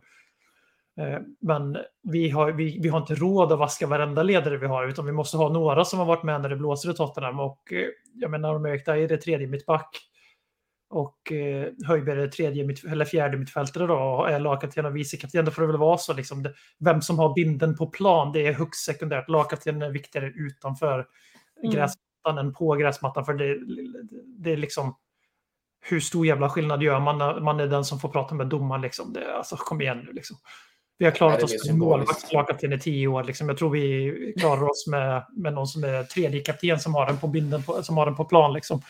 Men vi har inte råd att vaska varenda ledare vi har, utan vi måste ha några som har varit med när det blåser i Tottenham. Och jag menar, om Eric Dyer är tredje mittback och Højbjerg är fjärde mittfältare då, och är lagkapten och vicekapten, då får det väl vara så liksom, vem som har binden på plan, det är högst sekundärt. Lagkapten är viktigare utanför gräsmattan än på gräsmattan, för det är liksom, hur stor jävla skillnad gör man när man är den som får prata med domaren liksom. Alltså kom igen nu liksom. Vi har klarat oss med målvaktslagkapten i 10 år liksom. Jag tror vi klarar oss med någon som är tredje kapten som har den på binden som har den på plan liksom.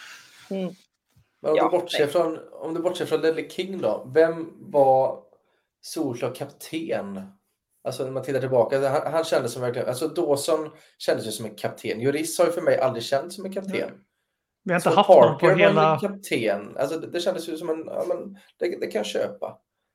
Men om du bortser från Ledley King då, vem var solklar kapten? Alltså när man tittar tillbaka, han kändes som verkligen, alltså Dawson kändes ju som en kapten. Lloris har ju för mig aldrig känt som en kapten. Vi har inte haft någon på hela... en kapten. Alltså det kändes ju som en, det kan jag köpa.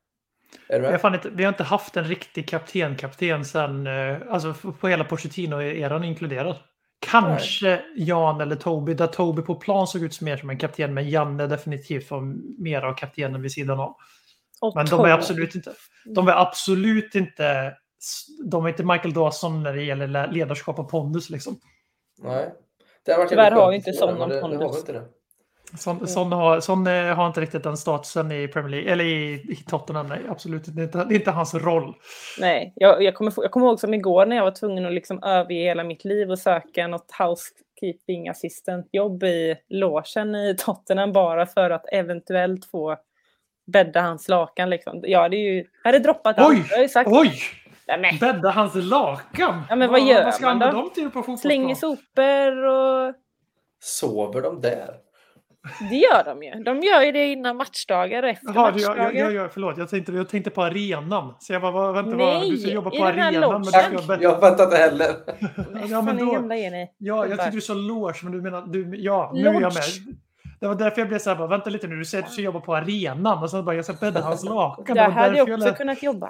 Vi har inte haft en riktig kapten sen, alltså på hela Pochettino-eran inkluderad. Kanske Jan eller Toby, där Toby på plan såg ut som mer som en kapten, men Janne definitivt var mer av kaptenen vid sidan av. Men de är absolut inte de är inte Michael Dawson när det gäller ledarskap och pondus liksom. Nej. Tyvärr har vi inte sån om pondus. Sån har inte riktigt den statusen i Premier League eller i Tottenham. Nej, absolut inte. Det är inte hans roll. Nej, jag kommer ihåg som igår när jag var tvungen att liksom överge hela mitt liv och söka något housekeeping assistant jobb i logen i Tottenham bara för att eventuellt få bädda hans lakan liksom. Ja, det är ju hade droppat Oj! Bädda hans lakan. Ja, men vad gör man då? De till på fotbollsplan? Slänger sopor och sover de där? Det gör de ju. De gör ju det innan matchdagar och efter matchdagar. Förlåt, jag tänkte på arenan. Så jag bara, du ska jobba på arenan. Men jag fattar inte heller. Jag tyckte du sa loge, men du menar... nu är jag med. Det var därför jag blev så här, vänta lite nu, du säger att du ska jobba på arenan. Och sen bara, jag ska bädda hans lakan. Det hade jag också kunnat jobba.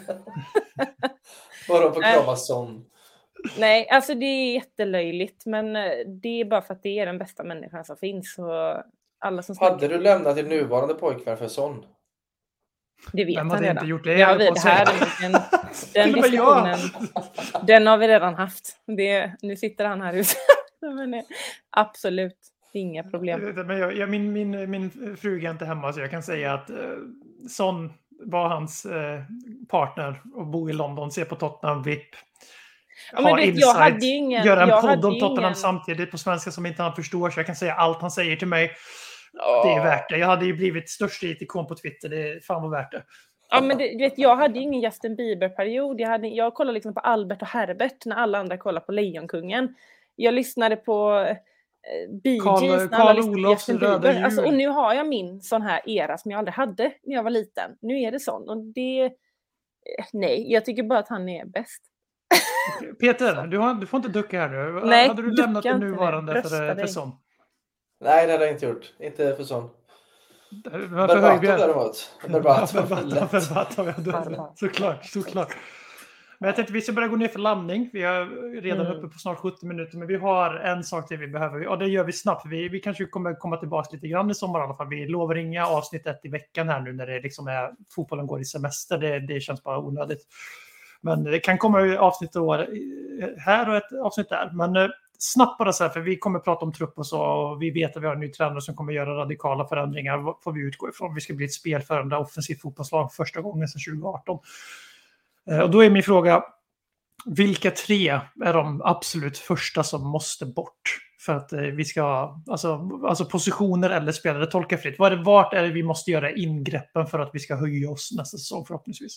Bara på Kramasson. Nej, alltså det är jättelöjligt, men det är bara för att det är den bästa människan som finns. Och alla som hade du lämnat din nuvarande pojkvän för sån? Det vet Vem han hade redan. inte gjort det? Det har höll vi, jag på det att här, säga. den Till och med jag. diskussionen, den har vi redan haft. Nu sitter han här ute. Men, absolut, inga problem. Men min fruga är inte hemma, så jag kan säga att Son var hans partner och bo i London, se på Tottenham, VIP. Ja, men Ha vet, jag insight, hade ingen... göra en jag podd hade om Tottenham ingen... samtidigt på svenska som inte han förstår, så jag kan säga allt han säger till mig. Ja. Det är värt det. Jag hade ju blivit största IT-ikon på Twitter, det är fan vad värt det. Ja, men du vet, jag hade ingen Justin Bieber-period. Jag kollade liksom på Albert och Herbert när alla andra kollade på Lejonkungen. Jag lyssnade på Bee Gees när alla lyssnade på Olofs Justin Röda Bieber. jul. Alltså, och nu har jag min sån här era som jag aldrig hade när jag var liten. Nu är det sån. Och det... Nej, jag tycker bara att han är bäst. Peter, du får inte ducka här nu. Nej, hade du lämnat ducka det inte nu. nuvarande Rösta för dig. Son? Nej, det hade jag inte gjort. Inte för sån. Varför Berbato däremot. Berbato. Berbato. Såklart. Men jag tänkte vi ska börja gå ner för landning. Vi är redan uppe på snart 70 minuter, men vi har en sak till vi behöver. Och det gör vi snabbt. Vi kanske kommer komma tillbaka lite grann i sommar i alla fall. Vi lovar inga avsnitt 1 i veckan här nu när det liksom är fotbollen går i semester. Det känns bara onödigt. Men det kan komma avsnitt här och ett avsnitt där. Men snabbt bara så här, för vi kommer prata om trupp och så. Och vi vet att vi har en ny tränare som kommer göra radikala förändringar. Vad får vi utgå ifrån? Vi ska bli ett spelförande offensivt fotbollslag första gången sedan 2018. Och då är min fråga, vilka 3 är de absolut första som måste bort för att vi ska, alltså positioner eller spelare, tolka fritt. Vart är det vi måste göra ingreppen för att vi ska höja oss nästa säsong förhoppningsvis?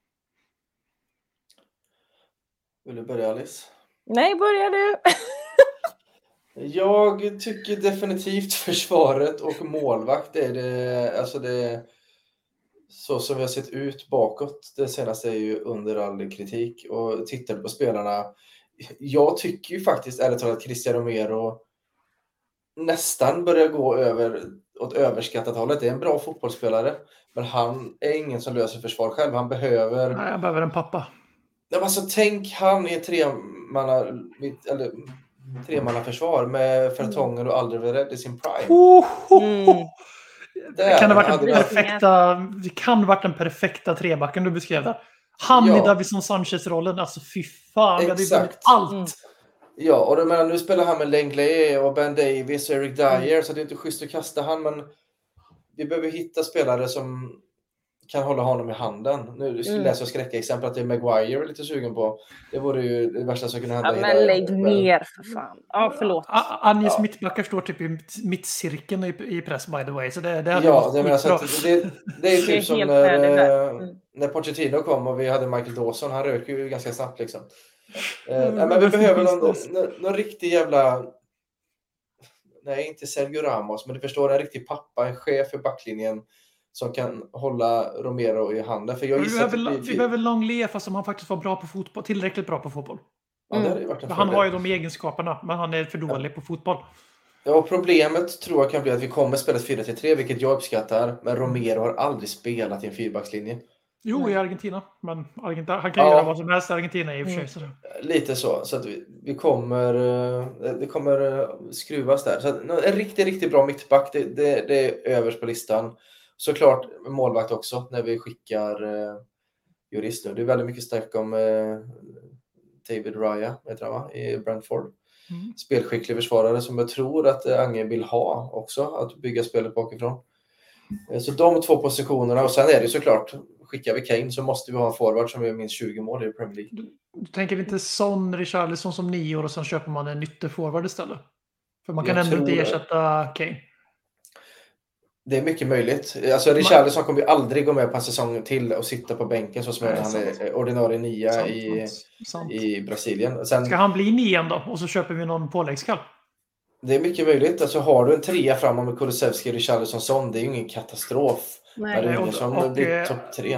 Vill du börja, Alice? Nej, börja du. Jag tycker definitivt försvaret och målvakt är det, alltså det så som vi har sett ut bakåt. Det senaste är ju under all kritik, och tittar på spelarna. Jag tycker ju faktiskt ärligt talat att Cristiano Romero nästan börjar gå åt överskattat hållet. Det är en bra fotbollsspelare, men han är ingen som löser försvar själv. Han behöver... Nej, jag behöver en pappa. Alltså, tänk han i tremanna försvar med Fertongen och Alderweireld i sin prime. Det kan ha varit den perfekta trebacken du beskrev där. Han i Davison Sanchez-rollen, alltså fy fan, vi hade ju vunnit allt. Ja, och då menar, nu spelar han med Lenglet och Ben Davis och Eric Dyer, så det är inte schysst att kasta han, men vi behöver hitta spelare som kan hålla honom i handen. Nu läser jag skräckexempel att det är Maguire lite sugen på. Det vore ju det värsta som kunde hända. Ja, men lägg ner för fan. Ja, förlåt. Anjes mittbackar står typ i mittcirkeln i press, by the way. Så det hade det är typ som när Pochettino kom och vi hade Michael Dawson. Han rök ju ganska snabbt liksom. Men vi behöver någon riktig jävla... Nej, inte Sergio Ramos, men du förstår, en riktig pappa, en chef för backlinjen som kan hålla Romero i handen. För vi behöver Lenglet, fast som han faktiskt var bra på fotboll, tillräckligt bra på fotboll. Ja, det hade varit han har ju de egenskaperna, men han är för dålig på fotboll. Ja, och problemet tror jag kan bli att vi kommer spela 4-3, vilket jag uppskattar. Men Romero har aldrig spelat i en fyrbackslinje. Jo, i Argentina. Men han kan göra vad som helst i Argentina i och för sig. Lite så att vi kommer... Det kommer skruvas där. Så en riktigt bra mittback, det är överst på listan. Såklart målvakt också när vi skickar jurist nu. Det är väldigt mycket snack om David Raya i Brentford. Spelskicklig försvarare som jag tror att Ange vill ha också, att bygga spelet bakifrån. Så de 2 positionerna, och sen är det såklart, skickar vi Kane så måste vi ha en forward som är minst 20 mål i Premier League. Du tänker inte Son, Richarlison som 9 år och sen köper man en ytterforward istället? För man kan ändå inte ersätta Kane. Det är mycket möjligt. Alltså Richarlison kommer ju aldrig gå med på en säsong till och sitta på bänken så som han är ordinarie 9 i Brasilien. Sen, ska han bli 9 då? Och så köper vi någon påläggskall? Det är mycket möjligt. Alltså har du en 3 framåt med Kulusevski, Richarlison, Son, det är ju ingen katastrof. Nej. Det är ingen som blir topp 3.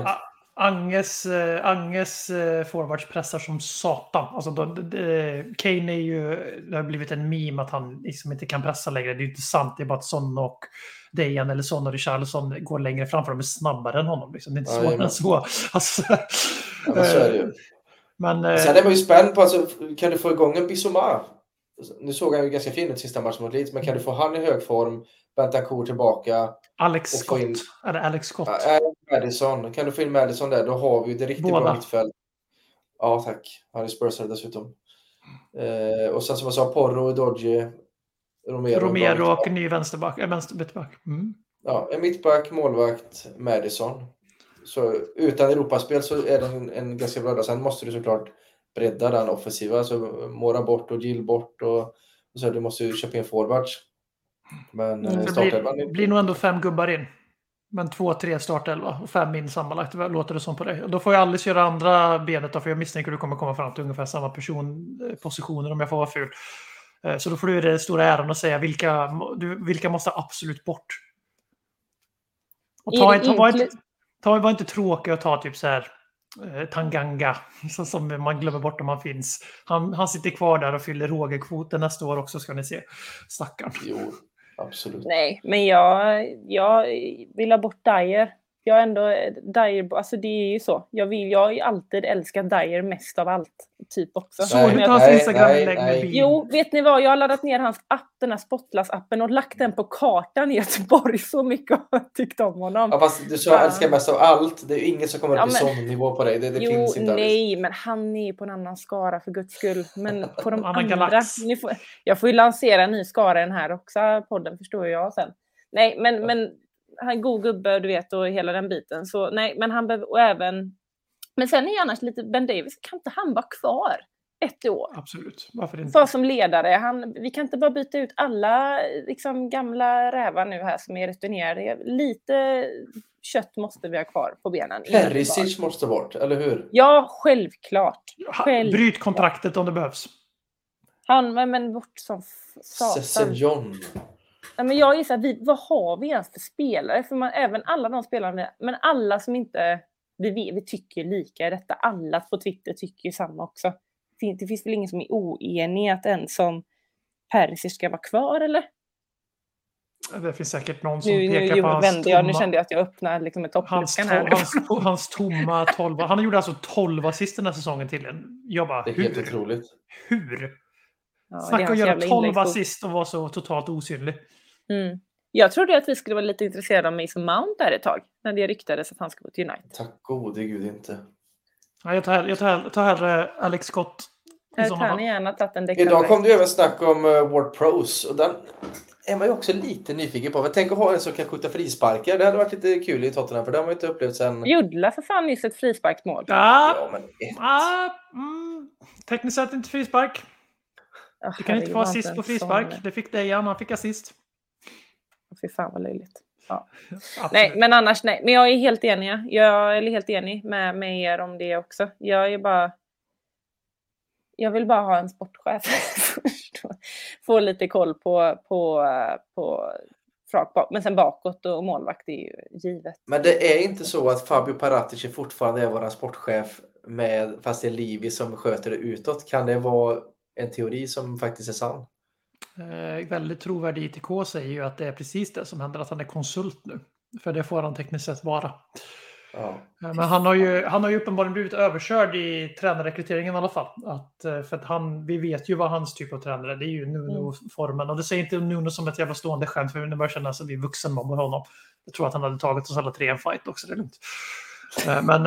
Anges forwards pressar som satan. Alltså Kane är ju, det har blivit en meme att han liksom inte kan pressa längre. Det är ju inte sant. Det är bara att Son och Dejan eller Son och Richarlison går längre framför. De är snabbare än honom. Liksom. Det är inte svårare än så. Alltså, så är det ju. Men, sen är man ju spänd på, alltså, kan du få igång en Bissouma? Nu såg han ju ganska fin ut sista matchen mot Leeds, men kan du få han i hög form, Bentancur tillbaka? Alex Scott. Madison. Kan du få in Madison där? Då har vi ett riktigt Båda. bra mittfält. Ja, tack. Han är spursare dessutom. Och sen som jag sa, Porro, Dodge, Romero och ny vänsterback. Mittback. Ja, en mittback, målvakt, Madison. Så utan Europaspel så är det en ganska bra dag. Sen måste du såklart bredda den offensiva. Alltså Mora bort och Gill bort. Och så du måste ju köpa in forwards. Men det blir nog ändå 5 gubbar in. Men 2-3 startelva och 5 in sammanlagt. Låter det som på dig. Då får jag aldrig göra andra benet då, för jag misstänker att du kommer komma fram till ungefär samma positioner om jag får vara ful. Så då får du det stora äran att säga vilka måste absolut bort. Och var inte tråkig att ta typ så här Tanganga som man glömmer bort om man finns. Han sitter kvar där och fyller Roger-kvoten nästa år också, ska ni se. Stackarn. Jo, absolut. Nej, men jag vill ha bort Dyer. Jag ändå Dyer, alltså det är ju så. Jag har ju alltid älskat Dyer mest av allt, typ också. Så inte hans Instagram-inlägg med bil. Jo, vet ni vad? Jag har laddat ner hans app, den här Spotlas-appen, och lagt den på kartan i Göteborg. Så mycket har jag tyckt om honom. Ja, fast du sa älskar mest av allt. Det är ju ingen som kommer upp i sån nivå på dig. Det finns inte. Nej, men han är på en annan skara för Guds skull. Men på de andra. Galax. Jag får ju lansera en ny skara den här också, podden, förstår jag sen. Nej, men han god gubbe, du vet, och hela den biten. Så nej, men han behöver, och även... Men sen är annars lite Ben Davis, kan inte han vara kvar 1 år? Absolut, varför inte? För som ledare, vi kan inte bara byta ut alla liksom gamla rävar nu här som är returnerade. Lite kött måste vi ha kvar på benen. Perisic måste bort, eller hur? Ja, självklart. Bryt kontraktet om det behövs. Men bort som satan. Session. Ja, men jag gissar, vad har vi ens för spelare? För även alla de spelarna, men alla som inte, vi tycker lika i detta. Alla på Twitter tycker ju samma också. Det finns väl ingen som är oenig att en som Perisic ska vara kvar, eller? Det finns säkert någon som pekar på hans tomma... Nu kände jag att jag öppnade liksom med toppluckan här. Hans tomma 12. Han gjorde alltså 12 assist den här säsongen till en. Jag bara, det är helt otroligt. Hur? Ja, snacka att göra 12 assist och vara så totalt osynlig. Mm. Jag trodde att vi skulle vara lite intresserade av Mason Mount där ett tag. När det ryktades att han skulle gå till United. Tack gode gud inte. Ja, jag tar hellre Alex Scott. Idag kom det över snack om Ward Pros. Och den är man ju också lite nyfiken på. Tänk att ha en som kan skjuta frisparkar. Det hade varit lite kul i Tottenham. För det har man inte upplevt sen... Jodla för fan nyss ett frisparksmål. Tekniskt sett inte frispark. Du kan inte få assist på frispark. Det fick Dejan, han fick assist. Fy fan vad löjligt. Ja. Nej, men annars nej. Men jag är helt enig. Jag är helt enig med er om det också. Jag vill bara ha en sportchef. Få lite koll på men sen bakåt och målvakt är ju givet. Men det är inte så att Fabio Paratici fortfarande är vår sportchef fast det är Livi som sköter det utåt. Kan det vara en teori som faktiskt är sann? Väldigt trovärdig ITK säger ju att det är precis det som händer, att han är konsult nu. För det får han tekniskt sett vara. Ja. Men han har ju uppenbarligen blivit överkörd i tränarrekryteringen i alla fall. För att vi vet ju vad hans typ av tränare, det är ju Nuno-formen. Och det säger inte Nuno som ett jävla stående skämt, för nu börjar känna att vi vuxenmobbar honom. Jag tror att han hade tagit oss alla 3 en fight också, det är lugnt. Men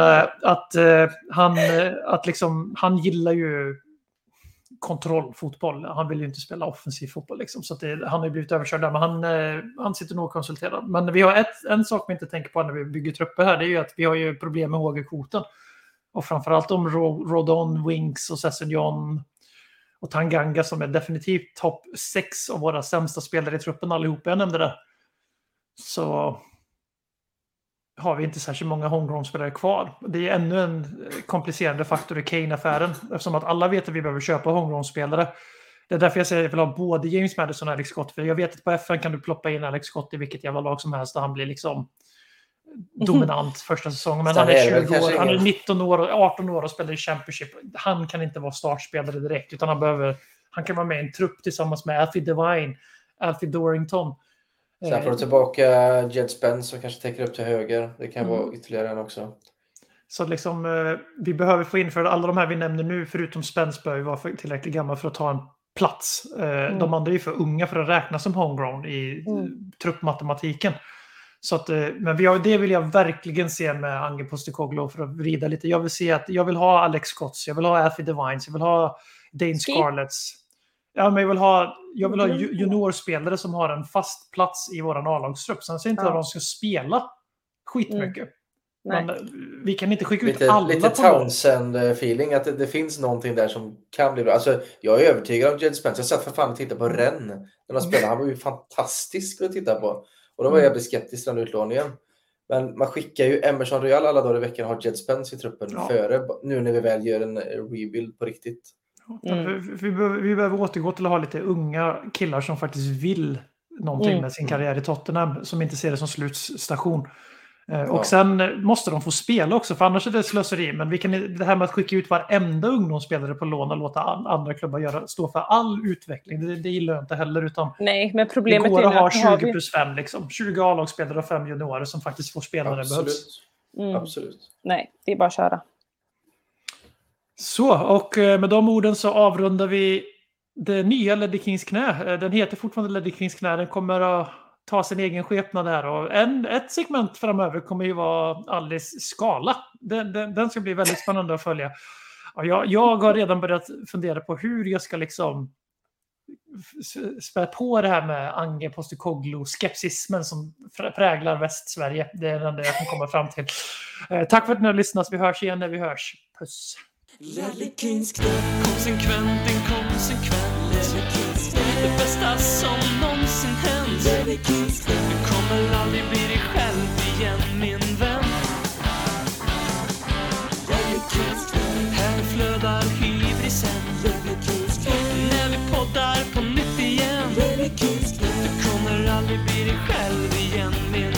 han gillar ju kontrollfotboll. Han vill ju inte spela offensiv fotboll liksom. Så att han har ju blivit överkörd där, men han sitter nog och konsulterar. Men vi har en sak vi inte tänker på när vi bygger trupper här, det är ju att vi har ju problem med HG-kvoten. Och framförallt om Rodon, Winks och Sessignon och Tanganga som är definitivt topp 6 av våra sämsta spelare i truppen allihopa, jag nämnde det. Så har vi inte särskilt många homegrown-spelare kvar. Det är ännu en komplicerande faktor i Kane-affären. Eftersom att alla vet att vi behöver köpa homegrown-spelare. Det är därför jag säger att jag vill ha både James Maddison och Alex Scott. För jag vet att på FN kan du ploppa in Alex Scott i vilket jävla lag som helst. Och han blir liksom dominant första säsongen. Men han är 20 år, han är 19 år och 18 år och spelar i Championship. Han kan inte vara startspelare direkt. Utan han kan vara med i en trupp tillsammans med Alfie Devine, Alfie Dorrington. Sen får du tillbaka Jed Spence som kanske täcker upp till höger. Det kan vara ytterligare en också. Så liksom, vi behöver få in, för alla de här vi nämner nu, förutom Spence, bör vara tillräckligt gamla för att ta en plats. De andra är för unga för att räkna som homegrown i truppmatematiken. Så att, men det vill jag verkligen se med Ange Postecoglou för att vrida lite. Jag vill ha Alex Scotts, jag vill ha Alfie Devines, jag vill ha Dane Scarletts. Ja, men jag vill ha juniorspelare som har en fast plats i våran A-lagstrupp. Sen säger inte att de ska spela skitmycket. Men vi kan inte skicka ut alla lite på Townsend-feeling, att det finns någonting där som kan bli bra. Alltså, jag är övertygad om Jed Spence. Jag satt för fan och tittade på Rennes när de spelade. Han var ju fantastisk att titta på. Och då var jag skeptisk till den utlåningen. Men man skickar ju Emerson Royal alla dagar i veckan och har Jed Spence i truppen före. Nu när vi väl gör en rebuild på riktigt. Vi behöver återgå till att ha lite unga killar som faktiskt vill någonting med sin karriär i Tottenham. Som inte ser det som slutstation. Och sen måste de få spela också, för annars är det slöseri. Men det här med att skicka ut varenda ungdomsspelare på lån och låta andra klubbar stå för all utveckling, det gillar jag inte heller. Utan nej, men problemet det går att ha 20 plus 5, liksom. 20 A-lagsspelare och 5 juniorer som faktiskt får spela när det behövs. Absolut. Nej, det är bara att köra. Så, och med de orden så avrundar vi det nya Ledley Kings knä. Den heter fortfarande Ledley Kings knä. Den kommer att ta sin egen skepnad här. Och ett segment framöver kommer ju vara Alice skala. Den ska bli väldigt spännande att följa. Och jag har redan börjat fundera på hur jag ska liksom spä på det här med Ange Postecoglou, skepsismen som präglar Västsverige. Det är det enda jag kan komma fram till. Tack för att ni har lyssnat. Vi hörs igen när vi hörs. Puss. Ledley Kings knä, konsekvent, det bästa som någonsin hänt. Ledley Kings knä, du kommer aldrig bli dig själv igen, min vän. Ledley Kings knä, här flödar hybrisen. Ledley Kings knä, när vi poddar på nytt igen. Ledley Kings knä, du kommer aldrig bli dig själv igen, min